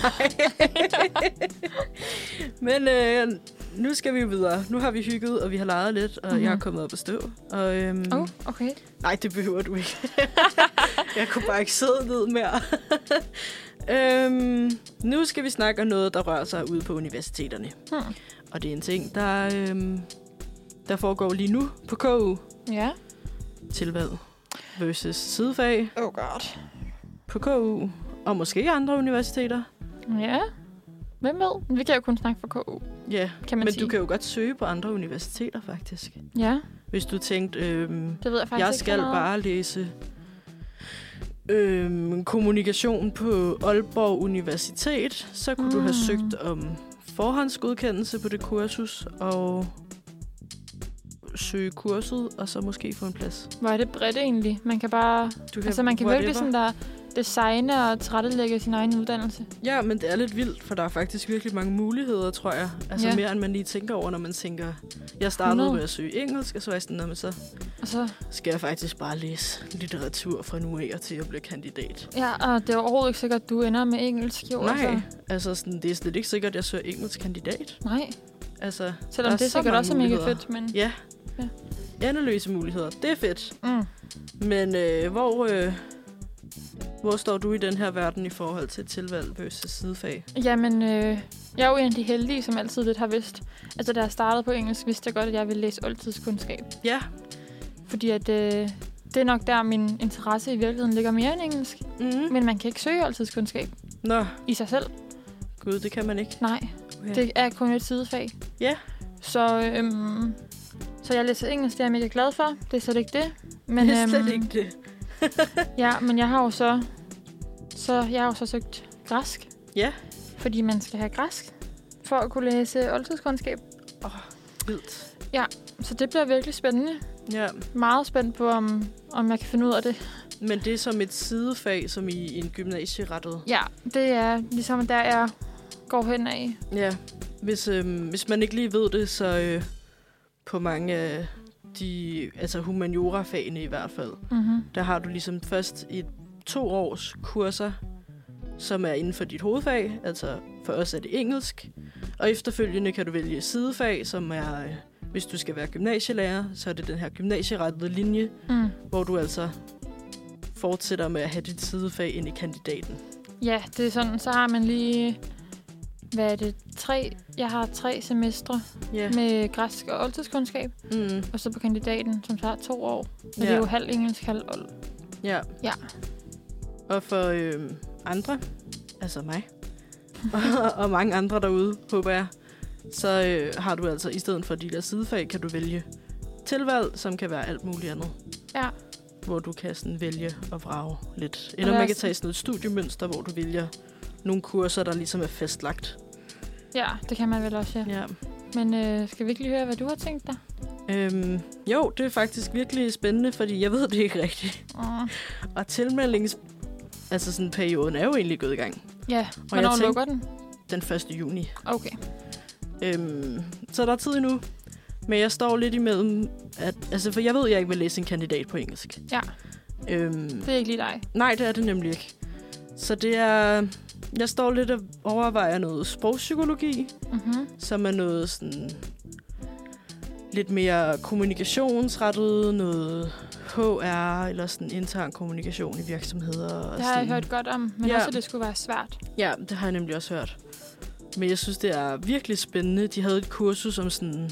Men nu skal vi videre. Nu har vi hygget, og vi har leget lidt, og jeg er kommet op at stå. Og, Okay. Nej, det behøver du ikke. Jeg kunne bare ikke sidde ned mere. Nu skal vi snakke om noget, der rører sig ude på universiteterne. Og det er en ting, der foregår lige nu på KU. Ja. Tilvalg versus sidefag Oh god. på KU. Og måske andre universiteter. Ja. Hvem ved? Vi kan jo kun snakke for KU, Ja, kan man men sige. du kan jo godt søge på andre universiteter, faktisk. Ja, Hvis du tænkte, det ved jeg faktisk jeg ikke skal så meget. bare læse kommunikation på Aalborg Universitet, så kunne du have søgt om forhåndsgodkendelse på det kursus, og søge kurset, og så måske få en plads. Hvor er det bredt egentlig? Man kan bare... Du kan, Altså, man kan whatever. virkelig sådan der designe og tilrettelægge sin egen uddannelse. Ja, men det er lidt vildt, for der er faktisk virkelig mange muligheder, tror jeg. Altså Ja. mere, end man lige tænker over, når man tænker... Jeg startede 100. med at søge engelsk, og så var jeg sådan, men så Og så... skal jeg faktisk bare læse litteratur fra nu af og til at blive kandidat. Ja, og det er overhovedet ikke sikkert, at du ender med engelsk, jo. Nej, altså sådan, det er slet ikke sikkert, at jeg søger engelsk kandidat. Nej, Altså, selvom der det er så sikkert mange også er mega muligheder. fedt, men... Ja. Ja. Endeløse muligheder. Det er fedt. Mm. Men hvor står du i den her verden i forhold til tilvalg versus sidefag? Jamen, jeg er jo en af de heldige, som altid lidt har vidst. Altså, da jeg startede på engelsk, vidste jeg godt, at jeg ville læse oldtidskundskab. Ja. Fordi at, det er nok der, min interesse i virkeligheden ligger mere end engelsk. Mm. Men man kan ikke søge oldtidskundskab Nå, i sig selv. gud, det kan man ikke. Nej, Okay. det er kun et sidefag. Ja. Så jeg læser engelsk, det er jeg mega glad for. Det er slet ikke det. Men, Det er slet ikke det. Ja, men jeg har jo så søgt græsk. Ja. Fordi man skal have græsk for at kunne læse oldtidskundskab. Vildt. Så det bliver virkelig spændende. Ja. Meget spændt på, om jeg kan finde ud af det. Men det er som et sidefag, som i en gymnasierettet. Ja, det er ligesom der, jeg går hen af. Ja. Hvis man ikke lige ved det, så på mange af de altså humaniora-fagene i hvert fald, der har du ligesom først 2 års kurser, som er inden for dit hovedfag. Altså for os er det engelsk. Og efterfølgende kan du vælge sidefag, som er, hvis du skal være gymnasielærer, så er det den her gymnasierettede linje, hvor du altså fortsætter med at have dit sidefag ind i kandidaten. Ja, det er sådan, så har man lige... Hvad er det? 3? Jeg har 3 semestre Ja. med græsk og oldtidskundskab. Og så på kandidaten, som tager 2 år. Og det er jo halv engelsk, halv old. Ja. Ja. Og for andre, altså mig, og mange andre derude, håber jeg, så har du altså i stedet for de der sidefag, kan du vælge tilvalg, som kan være alt muligt andet. Ja. Hvor du kan sådan vælge og vrage lidt. Eller man kan tage sådan noget studiemønster, hvor du vælger nogle kurser, der ligesom er fastlagt. Ja, det kan man vel også, ja. Ja. Men skal vi ikke lige høre, hvad du har tænkt dig? Jo, det er faktisk virkelig spændende, fordi jeg ved det ikke rigtigt. Og altså sådan perioden er jo egentlig gået i gang. Ja, hvornår lukker den? Den 1. juni. Okay. Så der er tid endnu. Men jeg står lidt imellem, for jeg ved, at jeg ikke vil læse en kandidat på engelsk. Ja, det er ikke lige dig. Nej, det er det nemlig ikke. Så det er... Jeg står lidt og overvejer noget sprogpsykologi, som er noget sådan lidt mere kommunikationsrettet, noget HR eller sådan intern kommunikation i virksomheder. Det har jeg hørt godt om, men også, at det skulle være svært. Ja, det har jeg nemlig også hørt. Men jeg synes, det er virkelig spændende. De havde et kursus om sådan...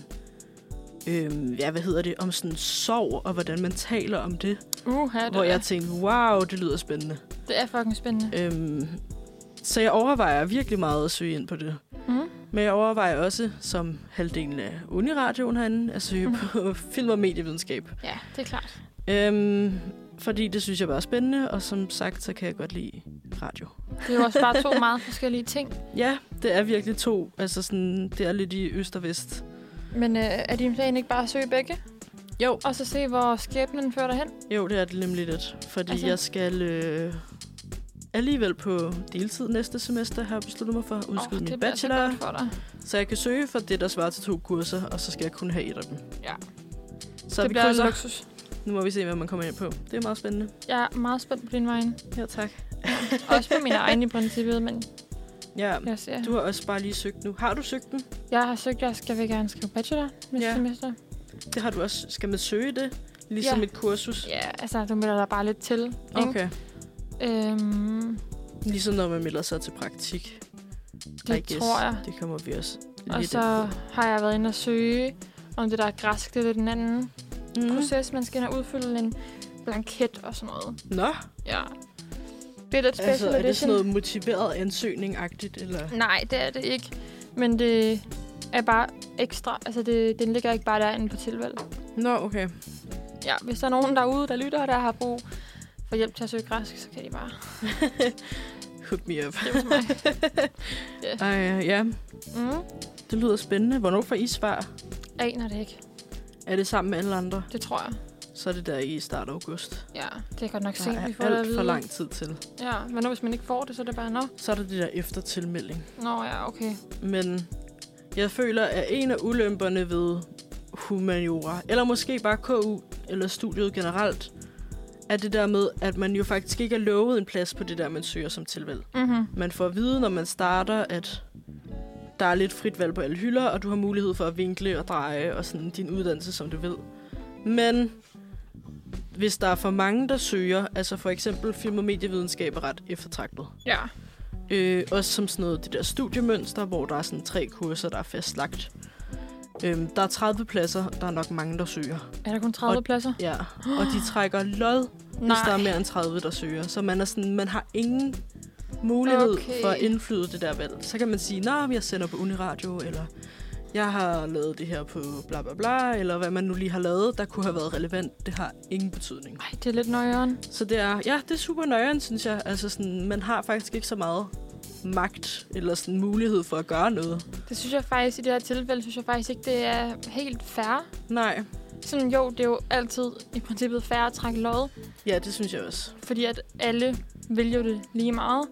om sådan sorg, og hvordan man taler om det. Hvor jeg tænkte, wow, det lyder spændende. Det er fucking spændende. Så jeg overvejer virkelig meget at søge ind på det. Men jeg overvejer også, som halvdelen af Uniradioen herinde, at søge på film- og medievidenskab. Ja, det er klart. Fordi det synes jeg bare er spændende, og som sagt, så kan jeg godt lide radio. Det er jo også bare 2 meget forskellige ting. Ja, det er virkelig 2. Altså sådan, det er lidt i øst og vest. Men er din plan ikke bare at søge begge? Jo. Og så se, hvor skæbnen fører dig hen? Jo, det er det nemlig lidt. Fordi jeg skal alligevel på deltid næste semester, har jeg besluttet mig for at udskyde min bachelor. Så godt for dig. Så jeg kan søge for det, der svarer til 2 kurser, og så skal jeg kun have 1 af dem. Ja. Så det vi bliver krydser. luksus. Nu må vi se, hvad man kommer ind på. Det er meget spændende. Jeg er meget spændt på din vej. Ja, tak. Også på mine egne i princippet, men ja, jeg ser. du har også bare lige søgt nu. Har du søgt den? Jeg har søgt, jeg skal gerne skrive bachelor næste semester. Det har du også. Skal man søge det? Ligesom et kursus? Ja, altså du melder dig bare lidt til. Ikke? Okay. Ligesom når man melder sig til praktik. Det tror jeg. Det kommer vi også lidt og så har jeg været inde og søge om det der er græsk. Det er den anden proces. Man skal ind og udfylde en blanket og sådan noget. Nå? Ja. Det er lidt special altså, er det edition. sådan noget motiveret ansøgning-agtigt? Eller? Nej, det er det ikke. Men det er bare ekstra. Altså, den ligger ikke bare derinde på tilvalg. Nå, okay. Ja, hvis der er nogen derude, der lytter, der har brug for hjælp til at søge græsk, så kan de bare... Hook me up. Det er mig. Yeah. Ja. Det lyder spændende. Hvornår får I svar? Aner det ikke. Er det sammen med alle andre? Det tror jeg. Så er det der i start august. Ja, det er godt nok sent, vi får det alt for lang tid til. Ja, men nu hvis man ikke får det, så er det bare nå. Så er det der eftertilmelding. Nå ja, okay. Men jeg føler, at en af ulemperne ved humaniora, eller måske bare KU, eller studiet generelt, er det der med, at man jo faktisk ikke er lovet en plads på det der, man søger som tilvalg. Mm-hmm. Man får at vide, når man starter, at der er lidt frit valg på alle hylder, og du har mulighed for at vinkle og dreje og sådan din uddannelse, som du ved. Men hvis der er for mange, der søger, altså for eksempel film- og medievidenskab er ret eftertragtet. Ja. Også som sådan noget, det der studiemønster, hvor der er sådan 3 kurser, der er fastlagt. Der er 30 pladser, der er nok mange, der søger. Er der kun 30 pladser? Ja, og de trækker lod, hvis der er mere end 30, der søger. Så man er sådan, man har ingen mulighed for at indflyde det der valg. Så kan man sige, nej, jeg sender på Uniradio, eller jeg har lavet det her på bla bla bla, eller hvad man nu lige har lavet, der kunne have været relevant. Det har ingen betydning. Nej, det er lidt nøjeren. Så det er, ja, det er super nøjeren, synes jeg. Altså sådan, man har faktisk ikke så meget magt eller sådan mulighed for at gøre noget. Det synes jeg faktisk, i det her tilfælde, synes jeg faktisk ikke, det er helt fair. Nej. Sådan jo, det er jo altid i princippet fair at trække lod. Ja, det synes jeg også. Fordi at alle vil jo det lige meget.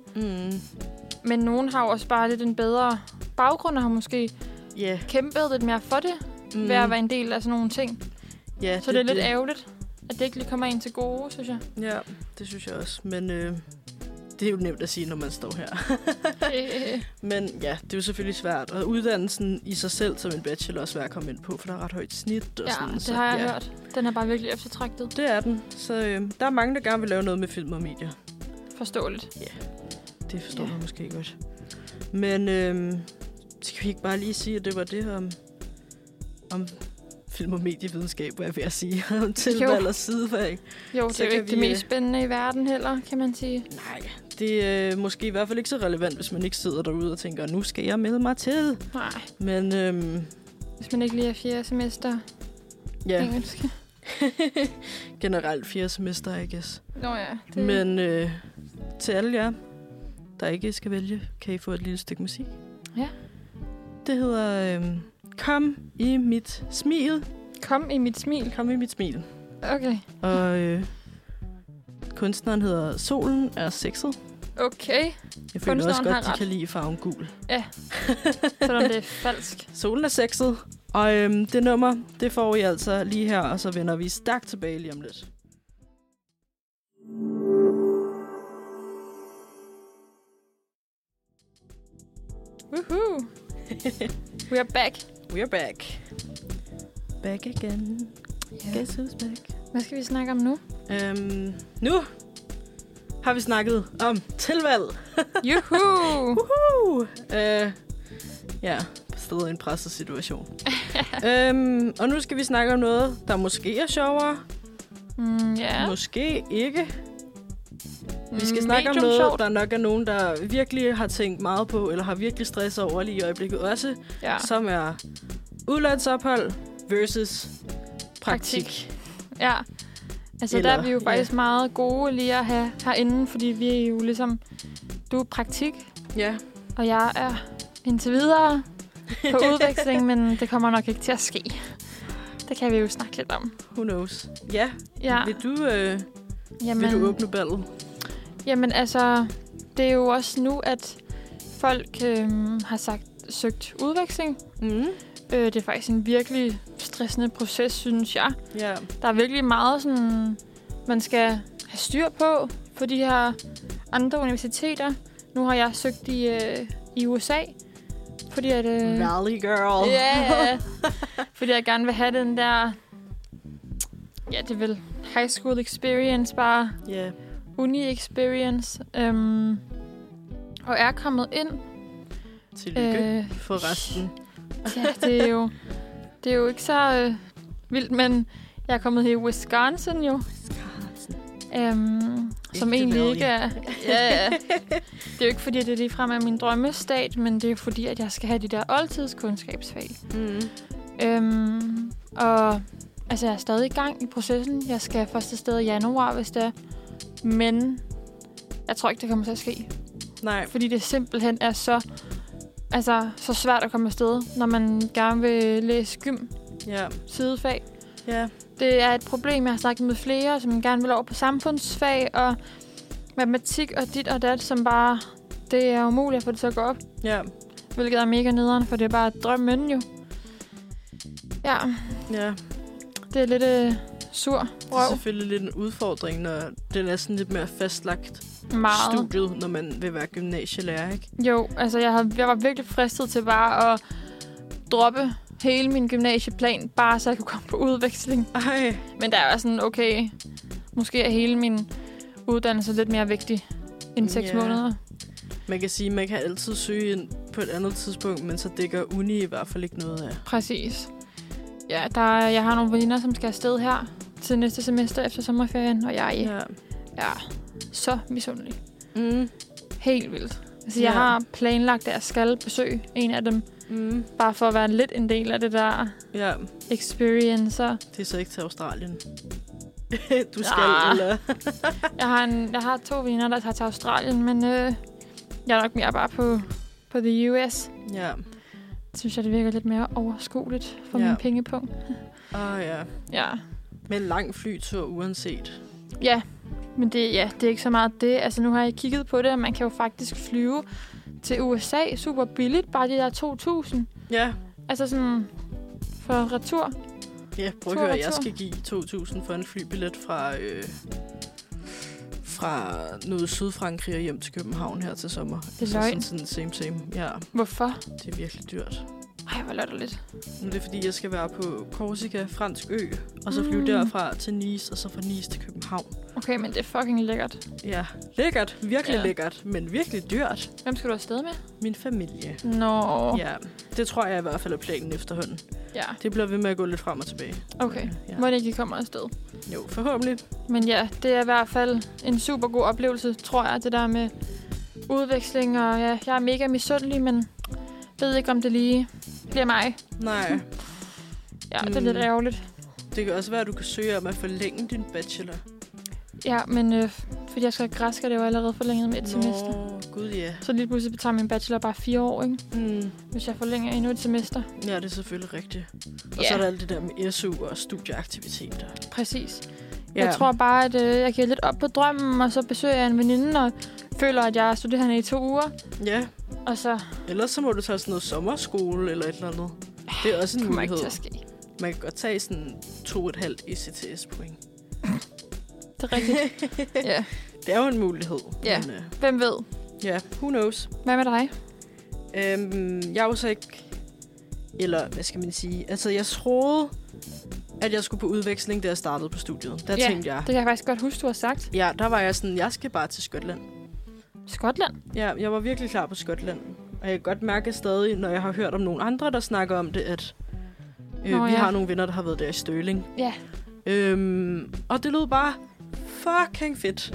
Men nogen har jo også bare lidt en bedre baggrund, og har måske kæmpet lidt mere for det, ved at være en del af sådan nogle ting. Ja, så det er lidt ærgerligt, at det ikke lige kommer ind til gode, synes jeg. Ja, det synes jeg også. Men det er jo nemt at sige, når man står her. Men ja, det er jo selvfølgelig svært. Og uddannelsen i sig selv som en bachelor er svært at komme ind på, for der er ret højt snit. Og sådan, det har jeg hørt. Den er bare virkelig eftertragtet. Det er den. Så der er mange, der gerne vil lave noget med film og medier. Forståeligt. Ja, det forstår man måske godt. Men skal vi ikke bare lige sige, at det var det om film- og medievidenskab, hvad jeg vil sige, om tilvalg og sidefag. Jo, det er jo ikke det mest spændende i verden heller, kan man sige. Nej, det er måske i hvert fald ikke så relevant, hvis man ikke sidder derude og tænker, nu skal jeg melde mig til. Nej. Men hvis man ikke lige er 4. semester engelsk. Generelt 4. semester, I guess. Nå ja. Det... Men til alle jer, der ikke skal vælge, kan I få et lille stykke musik. Ja. Det hedder Kom i mit smil. Kom i mit smil? Kom i mit smil. Okay. Og kunstneren hedder Solen er sexet. Okay. Jeg føler også godt, de kan lide farven gul. Ja, selvom det er falsk. Solen er sexet. Og det nummer, det får I altså lige her, og så vender vi stærkt tilbage lige om lidt. Woohoo! We are back. We are back. Back again. Yeah. Guess who's back? Hvad skal vi snakke om nu? Nu har vi snakket om tilvalg. Juhu! Ja, stadig en presset situation. Og nu skal vi snakke om noget, der måske er sjovere. Ja. Måske ikke. Vi skal snakke om noget, der nok er nogen, der virkelig har tænkt meget på, eller har virkelig stress over lige i øjeblikket også, som er udlandsophold versus praktik. Ja, altså eller, der er vi jo faktisk meget gode lige at have herinde, fordi vi er jo ligesom, du er praktik, og jeg er indtil videre på udveksling, men det kommer nok ikke til at ske. Det kan vi jo snakke lidt om. Who knows? Ja. Vil du åbne ballet? Jamen altså, det er jo også nu, at folk har søgt udveksling. Det er faktisk en virkelig stressende proces, synes jeg. Yeah. Der er virkelig meget, sådan, man skal have styr på de her andre universiteter. Nu har jeg søgt i USA, fordi at... Valley girl. Ja, fordi jeg gerne vil have den der... Ja, det er vel high school experience, bare uni-experience. Og er kommet ind. Tillykke for resten. Ja, det er jo ikke så vildt, men jeg er kommet her i Wisconsin jo. Som egentlig ikke er... Ja. Det er jo ikke, fordi det er ligefrem af min drømmestat, men det er fordi, at jeg skal have de der oldtidskundskabsfag. Og altså, jeg er stadig i gang i processen. Jeg skal første sted i januar, hvis det er. Men jeg tror ikke, det kommer til at ske. Nej. Fordi det simpelthen er så svært at komme afsted, når man gerne vil læse gym sidefag. Ja. Det er et problem, jeg har snakket med flere, som gerne vil over på samfundsfag og matematik og dit og dat, som bare, det er umuligt at få det til at gå op. Ja. Hvilket er mega nederen, for det er bare drømmen jo. Ja. Det er lidt sur røv. Det er selvfølgelig lidt en udfordring, når den er sådan lidt mere fastlagt studiet, når man vil være gymnasielærer, ikke? Jo, altså jeg var virkelig fristet til bare at droppe hele min gymnasieplan, bare så jeg kunne komme på udveksling. Ej. Men der er sådan, okay, måske er hele min uddannelse lidt mere vigtig end 6 måneder. Man kan sige, at man kan altid søge ind på et andet tidspunkt, men så dækker uni i hvert fald ikke noget af. Præcis. Ja, jeg har nogle veninder, som skal afsted her til næste semester efter sommerferien, og jeg er så misundelig. Helt vildt. Altså, jeg har planlagt, at jeg skal besøge en af dem, bare for at være lidt en del af det der experiencer. Det er så ikke til Australien. Du skal, eller? jeg har 2 veninder, der tager til Australien, men jeg er nok mere bare på the US. Ja. Synes jeg, det virker lidt mere overskueligt for min pengepunkt. Ja. Med en lang flytur uanset. Ja, men det er ikke så meget det. Altså, nu har jeg kigget på det, og man kan jo faktisk flyve til USA super billigt. Bare de der 2.000. Ja. Altså sådan for retur. Ja, prøv at høre, jeg skal give 2.000 for en flybillet fra noget Sydfrankrig og hjem til København her til sommer. Det er løgn. Sådan same. Ja. Hvorfor? Det er virkelig dyrt. Ej, hvor latterligt. Det er fordi, jeg skal være på Korsika, fransk ø, og så flyve derfra til Nice, og så fra Nice til København. Okay, men det er fucking lækkert. Ja, lækkert. Virkelig lækkert, men virkelig dyrt. Hvem skal du afsted med? Min familie. Nå. Ja, det tror jeg i hvert fald er planen efterhånden. Ja. Det bliver ved med at gå lidt frem og tilbage. Okay, må det ikke komme afsted? Jo, forhåbentlig. Men ja, det er i hvert fald en super god oplevelse, tror jeg, det der med udveksling. Og ja, jeg er mega misundelig, men ved ikke, om det lige bliver mig. Nej. Ja, det er lidt ærgerligt. Det kan også være, at du kan søge om at forlænge din bachelor. Ja, men fordi jeg skal have græsk, er det jo allerede forlænget med et semester. Gud ja. Så lige pludselig tager min bachelor bare 4 år, ikke? Hvis jeg forlænger endnu et semester. Ja, det er selvfølgelig rigtigt. Og så er der alt det der med SU og studieaktiviteter. Præcis. Ja. Jeg tror bare, at jeg giver lidt op på drømmen, og så besøger jeg en veninde, og føler, at jeg er studerende i 2 uger. Ja. Og så... Ellers så må du tage sådan noget sommerskole eller et eller andet. Det er også en mulighed. Ikke til at ske. Man kan godt tage sådan 2,5 ECTS-point. Det er rigtigt. Ja. Det er jo en mulighed. Ja, men, hvem ved? Ja, who knows. Hvad med dig? Jeg er jo så ikke... Eller, hvad skal man sige? Altså, jeg troede, at jeg skulle på udveksling, da jeg startede på studiet. Der tænkte jeg... det kan jeg faktisk godt huske, du har sagt. Ja, der var jeg sådan, jeg skal bare til Skotland. Skotland? Ja, jeg var virkelig klar på Skotland. Og jeg kan godt mærke stadig, når jeg har hørt om nogle andre, der snakker om det, at vi har nogle venner, der har været der i Stirling. Ja. Og det lød bare fucking fedt.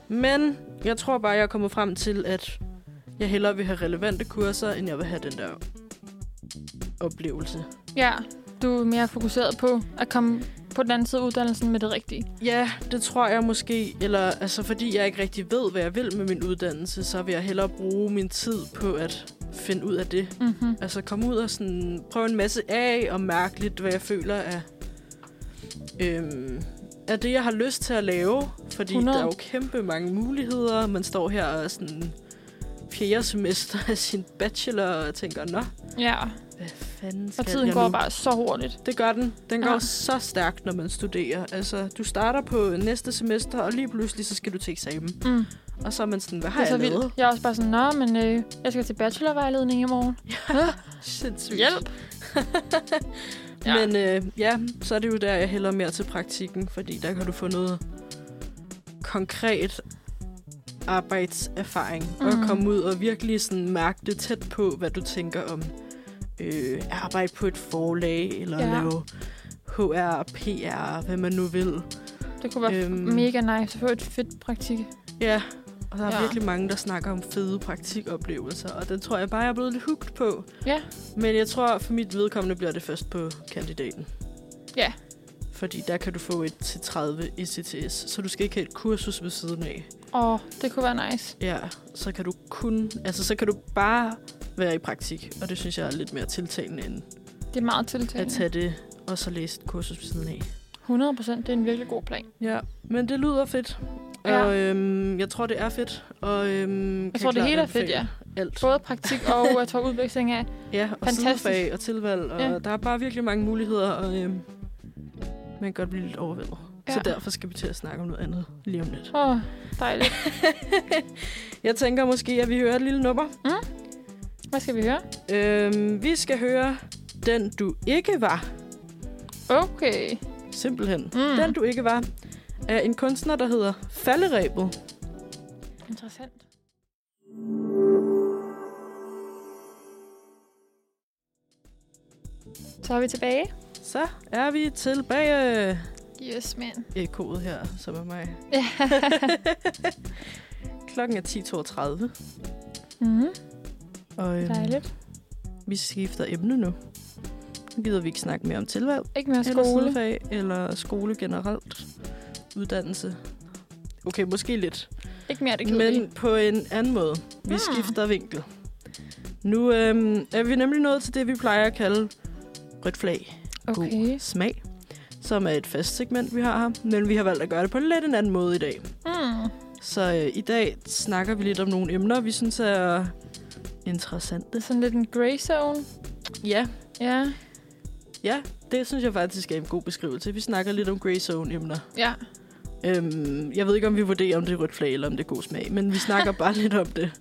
Men jeg tror bare, jeg er kommet frem til, at jeg hellere vil have relevante kurser, end jeg vil have den der oplevelse. Ja, du er mere fokuseret på at komme på den anden side af uddannelsen med det rigtige. Ja, det tror jeg måske. Eller altså, fordi jeg ikke rigtig ved, hvad jeg vil med min uddannelse, så vil jeg hellere bruge min tid på at finde ud af det. Mm-hmm. Altså komme ud og sådan, prøve en masse af og mærke lidt, hvad jeg føler er det, jeg har lyst til at lave. Fordi 100. der er jo kæmpe mange muligheder. Man står her og sådan 4. semester af sin bachelor og tænker, nå, Ja, hvad fanden skal og tiden jeg går nu? bare så hurtigt. Det gør den. Den går Ja. så stærkt, når man studerer. Altså, du starter på næste semester, og lige pludselig så skal du til eksamen. Mm. Og så er man sådan, hvad Det har er så jeg lavet? vildt. Jeg er også bare sådan, nå, men jeg skal til bachelorvejledning i morgen. Sindssygt. Hjælp! Ja. Men så er det jo der, jeg hælder mere til praktikken, fordi der kan du få noget konkret arbejdserfaring. Og komme ud og virkelig sådan mærke det tæt på, hvad du tænker om arbejde på et forlag, eller lave HR, PR, hvad man nu vil. Det kunne være mega nice at få et fedt praktik. Ja, og der er virkelig mange, der snakker om fede praktikoplevelser, og det tror jeg bare, jeg er blevet lidt hooked på. Ja. Men jeg tror, for mit vedkommende bliver det først på kandidaten. Ja. Fordi der kan du få et til 30 ECTS, så du skal ikke have et kursus ved siden af. Det kunne være nice. Ja, så kan du så kan du bare være i praktik, og det synes jeg er lidt mere tiltalende end Det er meget tiltalende. at tage det og så læse et kursus ved siden af. 100%, det er en virkelig god plan. Ja, men det lyder fedt. Ja. Og jeg tror, det er fedt. Og, Jeg tror, det hele er fedt, ja. Alt. Både praktik og jeg tror udveksling af. Ja, og Fantastisk. sidefag og tilvalg. Og der er bare virkelig mange muligheder, og man kan godt blive lidt overvældet. Ja. Så derfor skal vi til at snakke om noget andet lige om lidt. Dejligt. Jeg tænker måske, at vi hører et lille nummer. Hvad skal vi høre? Vi skal høre Den Du Ikke Var. Okay. Simpelthen. Den Du Ikke Var af en kunstner, der hedder Falderebet. Interessant. Så er vi tilbage. Så er vi tilbage. Yes, man. Ekoet her, som er mig. Ja. Klokken er 10:32. Og Dejligt. vi skifter emne nu. Nu gider vi ikke snakke mere om tilvalg. Ikke mere Eller skole. sidefag, eller skole generelt. Uddannelse. Okay, måske lidt. Ikke mere det kedelige. Men på en anden måde. Vi skifter vinkel. Nu er vi nemlig nået til det, vi plejer at kalde rødt flag. Okay. God smag. Som er et fast segment, vi har her. Men vi har valgt at gøre det på lidt en anden måde i dag. Så i dag snakker vi lidt om nogle emner, vi synes er interessante. Sådan lidt en grey zone. Ja. Ja. Ja, det synes jeg faktisk er en god beskrivelse. Vi snakker lidt om grey zone-emner. Ja. Jeg ved ikke, om vi vurderer, om det er rødt flag, eller om det er god smag, men vi snakker bare lidt om det.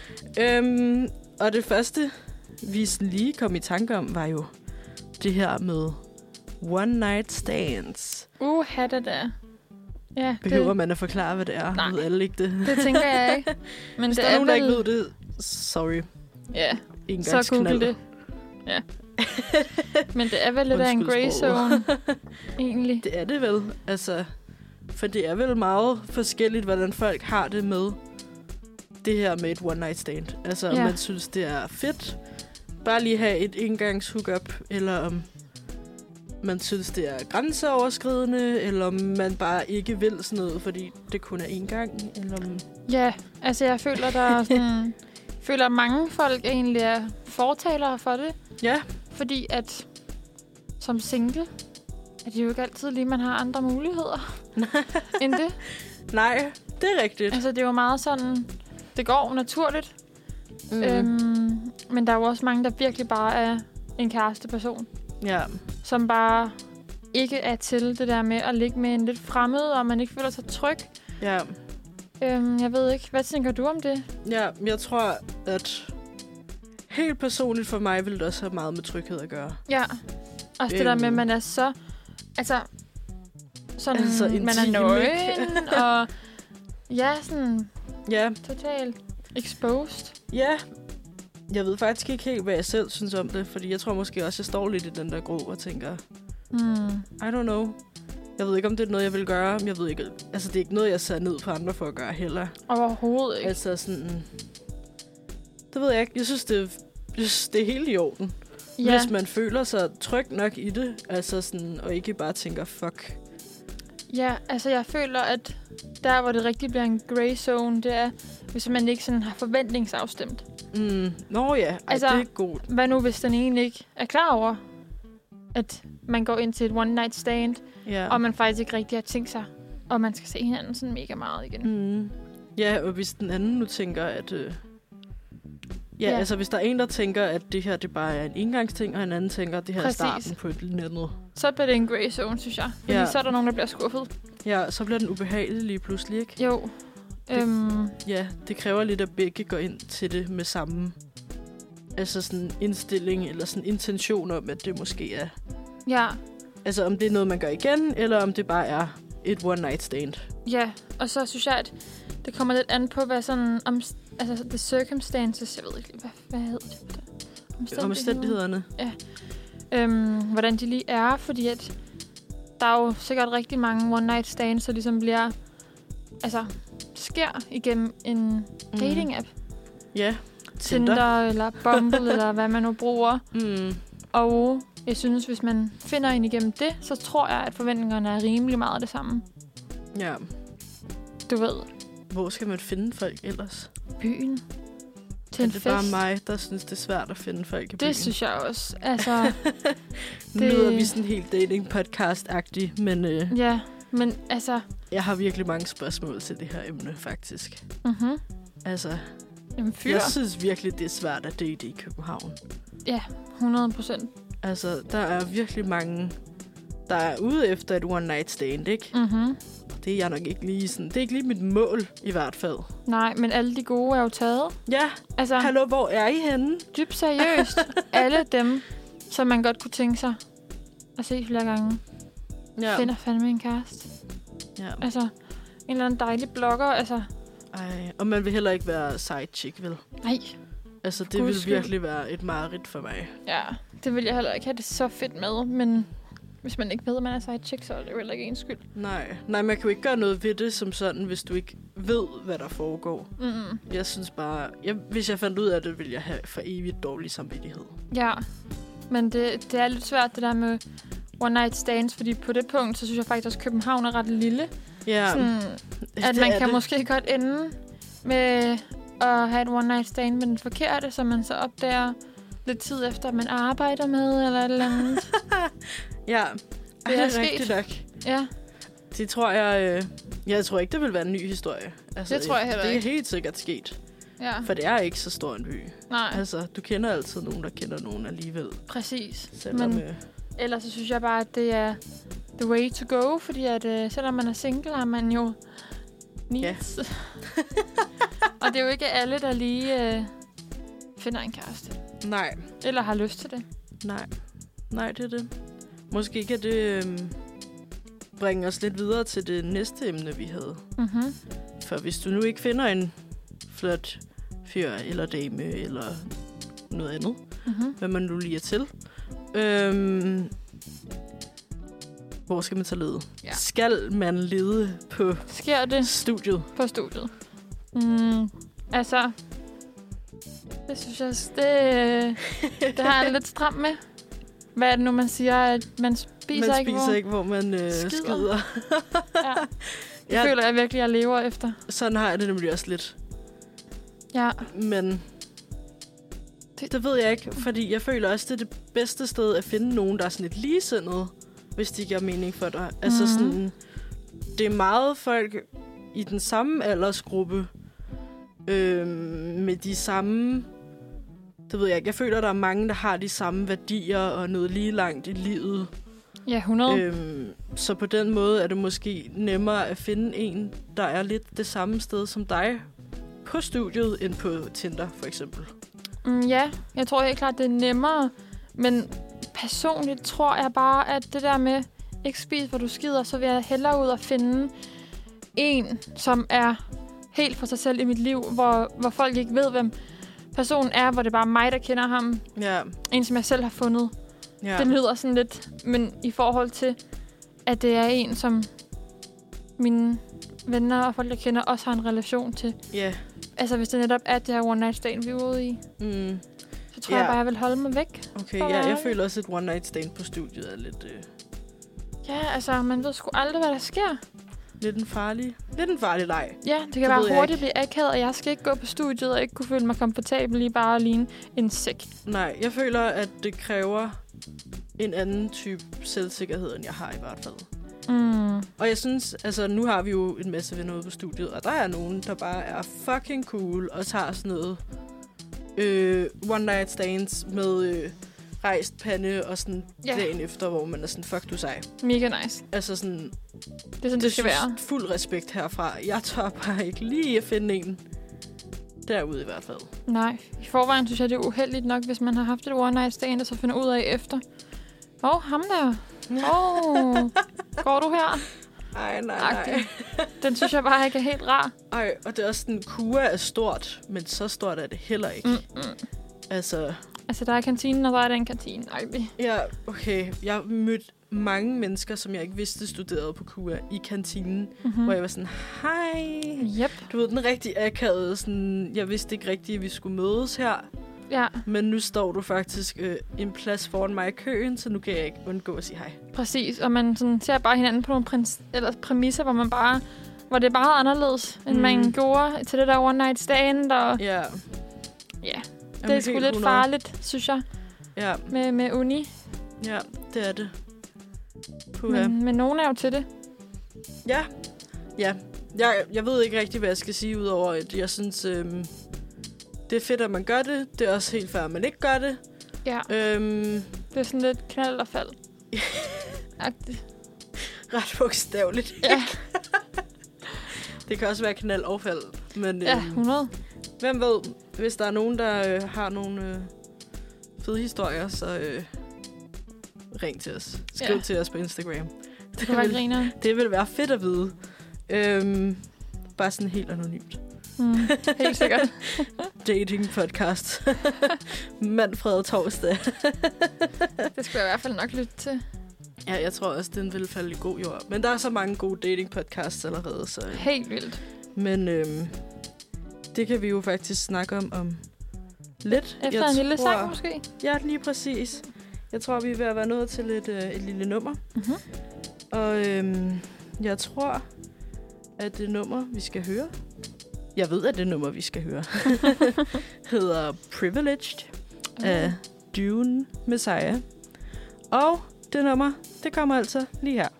Og det første, vi lige kom i tanke om, var jo det her med one night stands. Det der. Ja, Behøver man at forklare, hvad det er? Nej. Ved alle ikke det? Det tænker jeg ikke. Men Hvis det der er nogen, der vel... ikke ved det, sorry. Ja, Engangsknald. så google det. Ja. Men det er vel lidt af en grey zone, egentlig. Det er det vel. Altså, for det er vel meget forskelligt, hvordan folk har det med det her med et one night stand. Altså, om man synes, det er fedt. Bare lige have et engangs hookup, eller om man synes, det er grænseoverskridende, eller om man bare ikke vil sådan noget, fordi det kun er én gang. Eller om... Ja, altså jeg føler, der er sådan... føler, at mange folk egentlig er fortalere for det. Ja. Fordi at som single, er det jo ikke altid lige, man har andre muligheder end det. Nej, det er rigtigt. Altså det er jo meget sådan, det går naturligt. Men der er jo også mange, der virkelig bare er en kæresteperson. Ja. Som bare ikke er til det der med at ligge med en lidt fremmed, og man ikke føler sig tryg. Ja. Jeg ved ikke, hvad tænker du om det? Ja, jeg tror, at helt personligt for mig vil det også have meget med tryghed at gøre. Ja, også det der med, at man er så... Altså, sådan, altså man er nøgen, og ja, sådan totalt exposed. Ja, jeg ved faktisk ikke helt, hvad jeg selv synes om det, fordi jeg tror måske også, jeg står lidt i den der grå og tænker, I don't know. Jeg ved ikke, om det er noget, jeg vil gøre. Men jeg ved ikke, altså, det er ikke noget, jeg ser ned på andre for at gøre heller. Overhovedet ikke. Altså sådan... Det ved jeg ikke. Jeg synes, det er helt i orden. Ja. Hvis man føler sig tryg nok i det, altså sådan, og ikke bare tænker, fuck. Ja, altså jeg føler, at der, hvor det rigtig bliver en gray zone, det er, hvis man ikke sådan har forventningsafstemt. Nå ja, altså, det er godt. Hvad nu, hvis den ene ikke er klar over, at man går ind til et one night stand, og man faktisk ikke rigtig har tænkt sig, og man skal se hinanden sådan mega meget igen. Ja, og hvis den anden nu tænker, at... altså hvis der er en, der tænker, at det her det bare er en engangsting, og en anden tænker, at det her er starten på et andet. Så bliver det en gray zone, synes jeg. Fordi så er der nogen, der bliver skuffet. Ja, så bliver den ubehagelig lige pludselig, ikke? Jo. Ja, det kræver lidt, at begge går ind til det med samme altså sådan indstilling, eller sådan intention om, at det måske er... Ja. Altså om det er noget, man gør igen, eller om det bare er et one night stand. Ja, og så synes jeg, at det kommer lidt an på, hvad sådan... Altså, the circumstances, jeg ved ikke, hvad hedder det? Omstændighederne. Ja. Hvordan de lige er, fordi at der er jo sikkert rigtig mange one-night stands, der ligesom bliver... Altså, sker igennem en dating-app. Ja, Tinder eller Bumble, eller hvad man nu bruger. Og jeg synes, hvis man finder en igennem det, så tror jeg, at forventningerne er rimelig meget det samme. Ja. Du ved. Hvor skal man finde folk ellers? Byen. Til er en det fest. Bare mig, der synes, det er svært at finde folk i byen? Det synes jeg også. Altså, nu lyder vi sådan helt dating-podcast-agtigt, men... ja, men altså... Jeg har virkelig mange spørgsmål til det her emne, faktisk. Altså, jamen, jeg synes virkelig, det er svært at date i København. Ja, 100%. Altså, der er virkelig mange, der er ude efter et one-night stand, ikke? Det er jeg nok ikke lige sådan. Det er ikke lige mit mål, i hvert fald. Nej, men alle de gode er jo taget. Ja, altså, hallo, hvor er I henne? Dybt seriøst. Alle dem, som man godt kunne tænke sig at se flere gange, finder fandme en kæreste. Ja. Altså, en eller anden dejlig blogger, altså. Ej, og man vil heller ikke være side chick, vel? Nej. Altså, det vil virkelig være et mareridt for mig. Ja, det vil jeg heller ikke have det så fedt med, men... Hvis man ikke ved, at man er side chick, så er det jo heller ikke ens skyld. Nej, man kan jo ikke gøre noget ved det som sådan, hvis du ikke ved, hvad der foregår. Jeg synes bare... hvis jeg fandt ud af det, ville jeg have for evigt dårlig samvittighed. Ja, men det er lidt svært, det der med one night stands, fordi på det punkt, så synes jeg faktisk, at København er ret lille. Ja, sådan, at man kan måske godt ende med at have et one night stand med den forkerte, som man så opdager lidt tid efter, at man arbejder med, eller et eller andet. Ja, det er rigtigt nok. Ja. Det tror jeg... jeg tror ikke, det vil være en ny historie. Altså, det tror jeg heller ikke. Det er helt sikkert sket. Ja. For det er ikke så stor en by. Nej. Altså, du kender altid nogen, der kender nogen alligevel. Præcis. Selvom, men ellers så synes jeg bare, at det er the way to go, fordi at selvom man er single, er man jo needs. Ja. Og det er jo ikke alle, der lige finder en kæreste. Nej. Eller har lyst til det. Nej, det er det. Måske kan det bringe os lidt videre til det næste emne, vi havde. For hvis du nu ikke finder en flot fyr eller dame eller noget andet, hvad man nu lige er til, hvor skal man så lede? Ja. Skal man lede på studiet? På studiet. Altså, det synes jeg, det har jeg lidt stramt med. Hvad er det nu, man siger, at man spiser ikke, hvor man skider? Ja. Det føler jeg virkelig, jeg lever efter. Sådan har jeg det nemlig også lidt. Ja. Men det ved jeg ikke, fordi jeg føler også, det er det bedste sted at finde nogen, der er sådan lidt ligesindede, hvis de giver mening for dig. Altså sådan, det er meget folk i den samme aldersgruppe, med de samme... Det ved jeg ikke. Jeg føler, der er mange, der har de samme værdier og noget lige langt i livet. Ja, 100. Så på den måde er det måske nemmere at finde en, der er lidt det samme sted som dig på studiet, end på Tinder, for eksempel. Ja, jeg tror helt klart, det er nemmere. Men personligt tror jeg bare, at det der med ikke spise, hvor du skider, så vil jeg hellere ud og finde en, som er helt for sig selv i mit liv, hvor folk ikke ved, hvem personen er, hvor det er bare mig, der kender ham. Ja. En, som jeg selv har fundet. Ja. Det lyder sådan lidt, men i forhold til at det er en, som mine venner og folk, jeg kender, også har en relation til. Ja. Yeah. Altså, hvis det netop er det her one night stand, vi er ude i, så tror jeg bare, jeg vil holde mig væk. Okay, ja, jeg føler også, at one night stand på studiet er lidt... Ja, altså, man ved sgu aldrig, hvad der sker. Lidt en farlig leg. Ja, det kan bare hurtigt blive akavet, og jeg skal ikke gå på studiet og ikke kunne føle mig komfortabel i bare at ligne en sæk. Nej, jeg føler, at det kræver en anden type selvsikkerhed, end jeg har i hvert fald. Og jeg synes, altså nu har vi jo en masse venner ude på studiet, og der er nogen, der bare er fucking cool og tager sådan noget one night stands med rejst pande og sådan dagen efter, hvor man er sådan, fuck du sej. Mega nice. Altså sådan... Det er sådan, det skal være. Fuld respekt herfra. Jeg tør bare ikke lige at finde en derude i hvert fald. Nej. I forvejen synes jeg, det er uheldigt nok, hvis man har haft et one night stand, og så finder ud af efter. Ham der. Går du her? Nej. Den synes jeg bare ikke er helt rar. Ej, og det er også sådan, KUA er stort, men så stort er det heller ikke. Altså, der er kantinen, og der er den kantine. Ja, okay. Jeg har mødt mange mennesker, som jeg ikke vidste studerede på KUA i kantinen, hvor jeg var sådan, hej. Yep. Du ved, den rigtig akavede, sådan, jeg vidste ikke rigtigt, at vi skulle mødes her. Ja. Men nu står du faktisk en plads foran mig i køen, så nu kan jeg ikke undgå at sige hej. Præcis, og man sådan, ser bare hinanden på nogle præmisser, hvor det er bare anderledes, end man gjorde til det der one night stand. Og ja, det er sgu lidt farligt, synes jeg, med uni. Ja, det er det. Men nogen er jo til det. Ja. Jeg ved ikke rigtig, hvad jeg skal sige, udover at jeg synes, det er fedt, at man gør det. Det er også helt fair, at man ikke gør det. Ja. Det er sådan lidt knald og fald. Ret bogstaveligt. Ja. Det kan også være knald og fald. Men, 100. Hvem ved, hvis der er nogen, der har nogle fede historier, så ring til os. Skriv til os på Instagram. Det vil være fedt at vide. Bare sådan helt anonymt. Helt sikkert. Dating podcast. Manfred Torsdag. Det skal jeg i hvert fald nok lytte til. Ja, jeg tror også, den vil falde i god jord. Men der er så mange gode dating podcasts allerede. Så, helt vildt. Men det kan vi jo faktisk snakke om lidt. Efter en lille sang måske? Ja, lige præcis. Jeg tror, vi er ved at være nået til et lille nummer. Og jeg tror, at det nummer, vi skal høre... Jeg ved, at det nummer, vi skal høre, hedder Privileged af Dune Messiah. Og det nummer, det kommer altså lige her.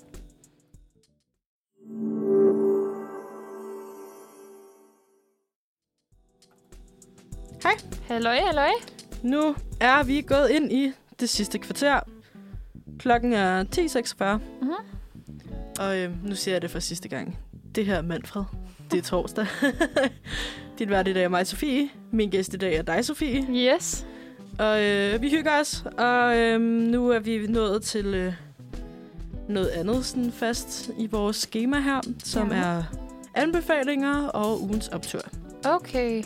Hej. Halløj. Nu er vi gået ind i det sidste kvarter. Klokken er 10:46. Og nu siger jeg det for sidste gang. Det her er Manfred. Det er torsdag. Dit vært i dag er mig, Sofie. Min gæst i dag er dig, Sofie. Yes. Og vi hygger os. Og nu er vi nået til noget andet sådan fast i vores schema her, som er anbefalinger og ugens optur. Okay.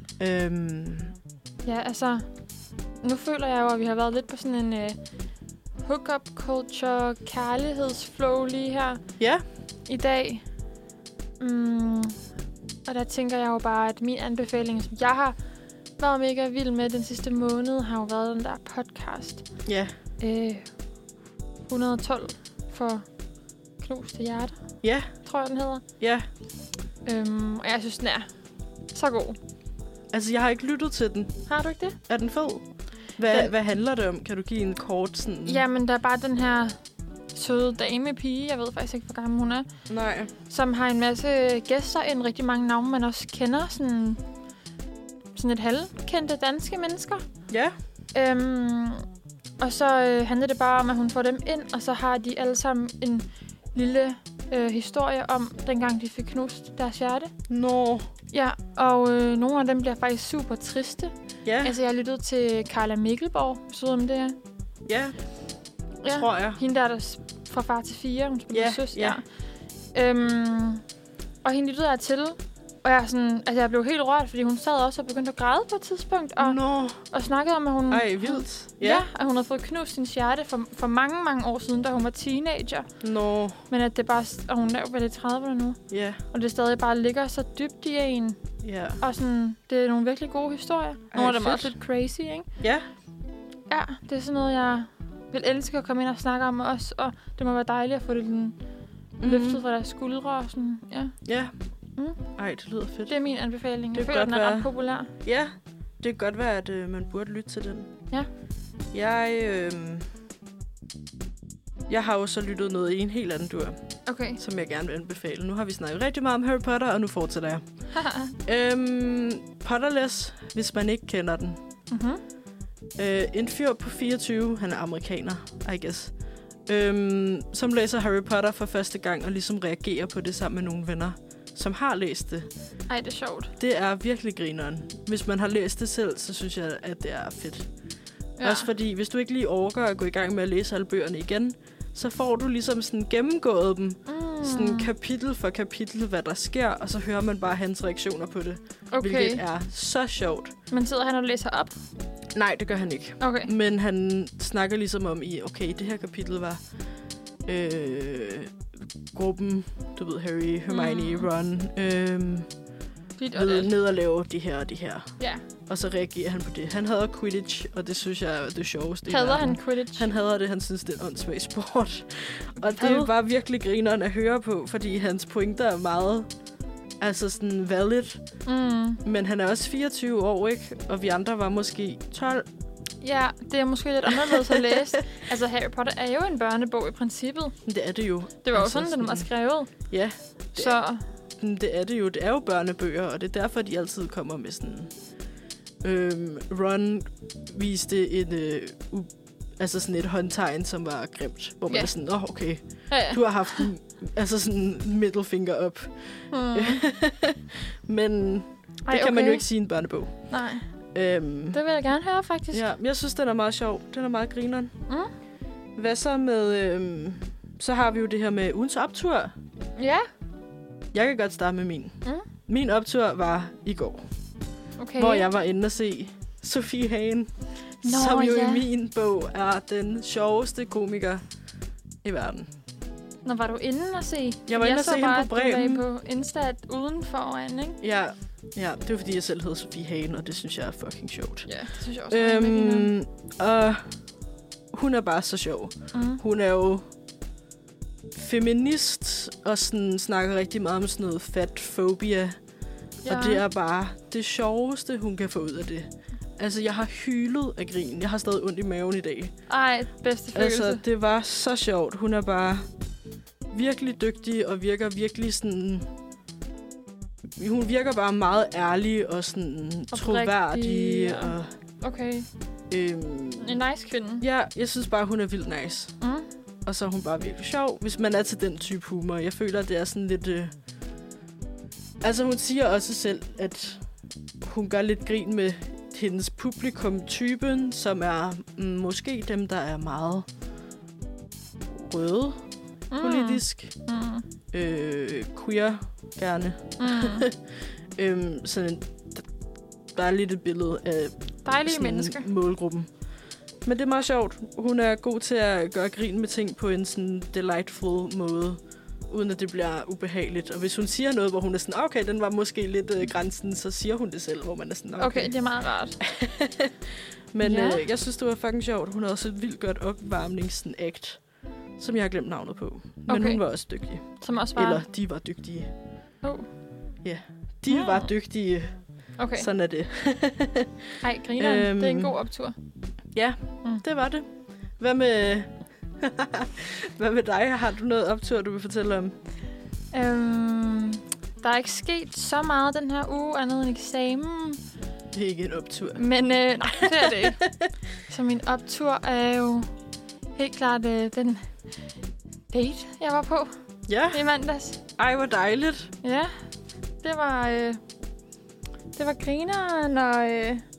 Ja, altså... Nu føler jeg jo, at vi har været lidt på sådan en hookup culture, kærlighedsflow lige her. Ja. I dag. Og der tænker jeg jo bare, at min anbefaling, som jeg har været mega vild med den sidste måned, har jo været den der podcast. Ja. 112 for Knuste Hjerter. Ja. Tror jeg, den hedder. Ja. Og jeg synes, den er så god. Altså, jeg har ikke lyttet til den. Har du ikke det? Er den fed? Hvad handler det om? Kan du give en kort sådan... Jamen, der er bare den her søde damepige, jeg ved faktisk ikke, hvor gammel hun er. Nej. Som har en masse gæster, en rigtig mange navne, man også kender. Sådan et halvkendte danske mennesker. Ja. Og så handler det bare om, at hun får dem ind, og så har de alle sammen en lille historie om, dengang de fik knust deres hjerte. Nå. Ja, og nogle af dem bliver faktisk super triste. Ja. Altså, jeg lyttede til Carla Mikkelborg, så om det er. Ja, tror jeg. Hende der fra Far til 4, hun spiller søs. Ja. Og hende lyttede jeg til, Og jeg blev helt rørt, fordi hun sad også og begyndte at græde på et tidspunkt. Og snakkede om, at hun... Ej, vildt. Ja, at hun havde fået knust sin hjerte for mange, mange år siden, da hun var teenager. Men at det bare... Og hun er jo vel i 30'erne nu. Ja. Og det stadig bare ligger så dybt i en. Ja. Og sådan, det er nogle virkelig gode historier. Nogle af dem er også lidt crazy, ikke? Ja. Ja, det er sådan noget, jeg vil elske at komme ind og snakke om også. Og det må være dejligt at få det løftet fra deres skuldre og sådan, ja. Ja. Ej, det lyder fedt. Det er min anbefaling. Jeg føler, godt den er ret populær. Ja, det kan godt være, at man burde lytte til den. Ja. Jeg har jo så lyttet noget i en helt anden dur, okay. Som jeg gerne vil anbefale. Nu har vi snakket rigtig meget om Harry Potter, og nu fortsætter jeg. Potterless, hvis man ikke kender den. En fyr på 24, han er amerikaner, I guess, som læser Harry Potter for første gang og ligesom reagerer på det sammen med nogle venner, som har læst det. Ej, det er sjovt. Det er virkelig grineren. Hvis man har læst det selv, så synes jeg, at det er fedt. Ja. Også fordi, hvis du ikke lige orker at gå i gang med at læse alle bøgerne igen, så får du ligesom sådan gennemgået dem, sådan kapitel for kapitel, hvad der sker, og så hører man bare hans reaktioner på det. Okay. Hvilket er så sjovt. Men sidder han og læser op? Nej, det gør han ikke. Okay. Men han snakker ligesom om okay, det her kapitel var gruppen, du ved, Harry, Hermione, Ron, ved ned og lave det her og det her. Ja. Og så reagerer han på det. Han hader Quidditch, og det synes jeg er det sjoveste. Hader han Quidditch? Han hader det, han synes, det er en åndssvag sport. Og det er bare virkelig grineren at høre på, fordi hans pointer er meget sådan valid. Men han er også 24 år, ikke? Og vi andre var måske 12. Ja, det er måske lidt anderledes at læse. Altså, Harry Potter er jo en børnebog i princippet. Det er det jo. Det var jo sådan, den var skrevet. Ja. Det er det jo. Det er jo børnebøger, og det er derfor, de altid kommer med sådan... Ron viste sådan et håndtegn, som var grimt. Hvor man er sådan, okay, du har haft en sådan middle finger op. Men det kan man jo ikke sige i en børnebog. Nej. Det vil jeg gerne høre, faktisk. Ja, jeg synes, den er meget sjov. Den er meget grineren. Hvad så med... så har vi jo det her med ugens optur. Ja. Jeg kan godt starte med min. Min optur var i går. Okay. Hvor jeg var inde og se Sofie Hagen, som jo i min bog er den sjoveste komiker i verden. Nå, var du inde og se? Jeg var inde og se hende på Bremen. Jeg så bare, på Insta udenforan, ikke? Ja, det var fordi, jeg selv hed Sofie Hagen, og det synes jeg er fucking sjovt. Ja, det synes jeg også. Og hun er bare så sjov. Hun er jo feminist, og sådan snakker rigtig meget om sådan noget fatfobia. Ja. Og det er bare det sjoveste, hun kan få ud af det. Altså, jeg har hylet af grin. Jeg har stadig ondt i maven i dag. Ej, bedste følelse. Altså, det var så sjovt. Hun er bare virkelig dygtig og virker virkelig sådan... Hun virker bare meget ærlig og sådan troværdig. Og okay. En nice kvinde. Ja, jeg synes bare, hun er vildt nice. Og så er hun bare virkelig sjov, hvis man er til den type humor. Jeg føler, det er sådan lidt... Altså, hun siger også selv, at hun gør lidt grin med hendes publikum-typen, som er måske dem, der er meget røde politisk. Queer, gerne. Sådan der er lidt et billede af dejlige mennesker. Målgruppen. Men det er meget sjovt. Hun er god til at gøre grin med ting på en sådan delightful måde, uden at det bliver ubehageligt. Og hvis hun siger noget, hvor hun er sådan, okay, den var måske lidt grænsen, så siger hun det selv, hvor man er sådan, okay, det er meget rart. Men jeg synes, det var fucking sjovt. Hun havde også et vildt godt opvarmningsakt, som jeg har glemt navnet på. Men hun var også dygtig. Som også var... Eller de var dygtige. Ja, de var dygtige. Okay. Sådan er det. Ej, grineren. Det er en god optur. Ja, det var det. Hvad med... Hvad med dig? Har du noget optur, du vil fortælle om? Der er ikke sket så meget den her uge, andet end eksamen. Det er ikke en optur. Men nej, det er det ikke. Så min optur er jo helt klart den date, jeg var på i mandags. Ej, hvor dejligt. Ja, det var grineren, og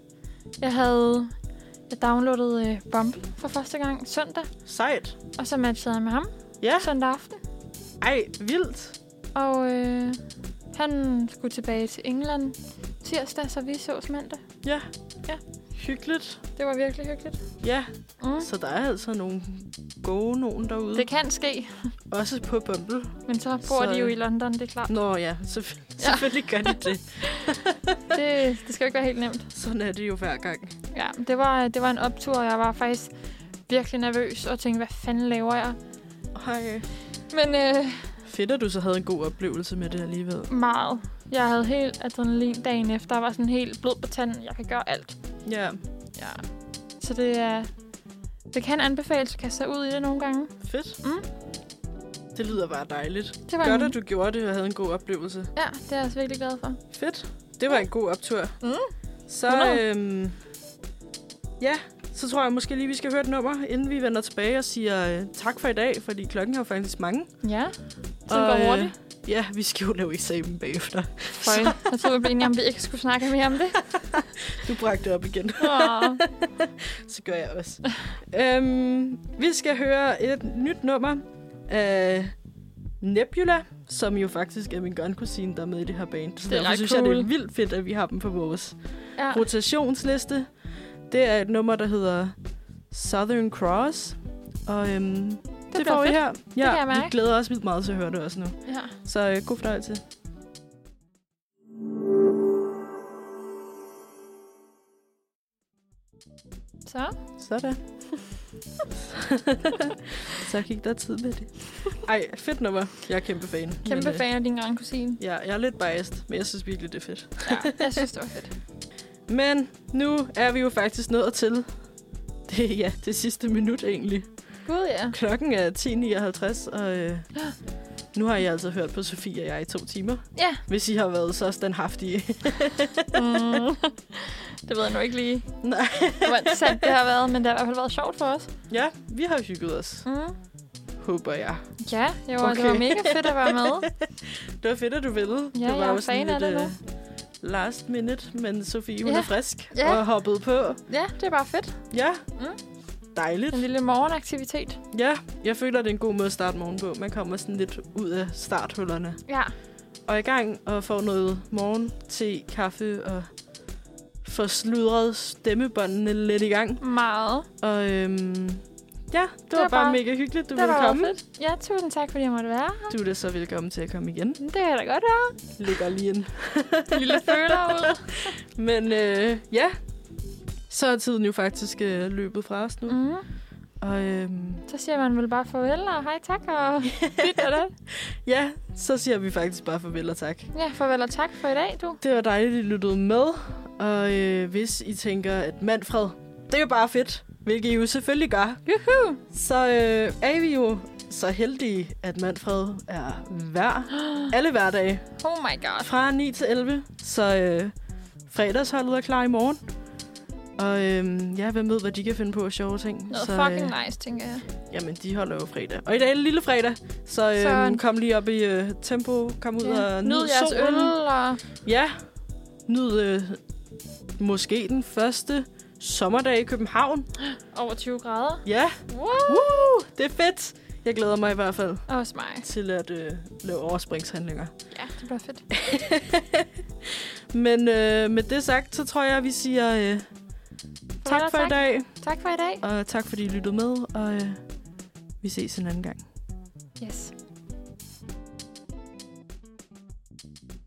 jeg downloadede Bumble for første gang søndag. Sejt. Og så matchede jeg med ham søndag aften. Ej, vildt. Og Han skulle tilbage til England tirsdag, så vi sås mandag. Ja. Ja. Hyggeligt. Det var virkelig hyggeligt. Ja, så der er altså nogle gode nogen derude. Det kan ske. Også på Bumble. Men så bor de jo i London, det er klart. Nå ja, selvfølgelig gør de det. Det skal jo ikke være helt nemt. Sådan er det jo hver gang. Ja, det var en optur, og jeg var faktisk virkelig nervøs og tænkte, hvad fanden laver jeg? Hej. Men fedt, at du så havde en god oplevelse med det alligevel. meget. Jeg havde helt adrenalin dagen efter. Jeg var sådan helt blod på tanden. Jeg kan gøre alt. Ja. Ja. Så det kan anbefales at kaste sig ud i det nogle gange. Fedt. Det lyder bare dejligt. Det var godt, at du gjorde det og havde en god oplevelse. Ja, det er jeg også virkelig glad for. Fedt. Det var en god optur. Så så tror jeg måske lige, vi skal høre et nummer, inden vi vender tilbage og siger tak for i dag, fordi klokken har faktisk mange. Ja, så går hurtigt. Ja, vi skal jo lave eksamen bagefter. Jeg tror, vi blev enige om, vi ikke skulle snakke mere om det. Du bragte det op igen. Så gør jeg også. Vi skal høre et nyt nummer af Nebula, som jo faktisk er min grønkusine, der er med i det her band. Så derfor synes jeg, det er vildt fedt, at vi har dem på vores rotationsliste. Det er et nummer, der hedder Southern Cross. Og det får vi her. Ja, vi glæder os vildt meget til at høre det også nu. Ja. Så god fornøjelse. Sådan. Så gik der tid med det. Ej, fedt nummer. Jeg er kæmpe fan. Kæmpe fan af din grandkusine. Ja, jeg er lidt biased, men jeg synes virkelig, det er fedt. Ja, jeg synes, det var fedt. Men nu er vi jo faktisk nået til det sidste minut egentlig. Gud, ja. Klokken er 10:59, og nu har jeg altså hørt på Sofie og jeg i 2 timer. Ja. Hvis I har været så standhaftige. Det ved jeg nu ikke lige. Nej. Hvor interessant det har været, men det har i hvert fald været sjovt for os. Ja, vi har hygget os. Håber jeg. Ja, det var mega fedt at være med. Det var fedt, at du ville. Ja, det var jeg jo fan af det nu. Last minute, men Sofie, hun er frisk og hoppet på. Ja, det er bare fedt. Ja, dejligt. En lille morgenaktivitet. Ja, jeg føler, det er en god måde at starte morgen på. Man kommer sådan lidt ud af starthullerne. Ja. Og i gang og får noget morgen, te, kaffe og får sludret stemmebåndene lidt i gang. Meget. Og ja, det var bare mega hyggeligt, du ville komme. Fedt. Ja, tusind tak, fordi jeg måtte være her. Du er da så velkommen til at komme igen. Det er da godt være. Ligger lige en lille føler ud. Men ja, så er tiden jo faktisk løbet fra os nu. Og så siger man vel bare farvel og hej tak og dit og det. Ja, så siger vi faktisk bare farvel og tak. Ja, farvel og tak for i dag, du. Det var dejligt, at I lyttede med. Og hvis I tænker, at Manfred, det er jo bare fedt, hvilket I jo selvfølgelig gør. Juhu! Så er vi jo så heldige, at Manfred er alle hverdage. Oh my god. Fra 9 til 11. Så fredagsholdet er klar i morgen. Og ja, hvem ved, hvad de kan finde på af sjove ting. Noget fucking nice, tænker jeg. Jamen, de holder jo fredag. Og i dag er det lille fredag. Så kom lige op i tempo. Kom ud og nyd jeres solen. øl. Og... Ja, nyd måske den første sommerdag i København. Over 20 grader. Ja. Det er fedt. Jeg glæder mig i hvert fald. Også mig. Til at lave overspringshandlinger. Ja, det bliver fedt. Men med det sagt, så tror jeg, at vi siger tak for i dag. Tak for i dag. Og tak fordi I lyttede med. Og vi ses en anden gang. Yes.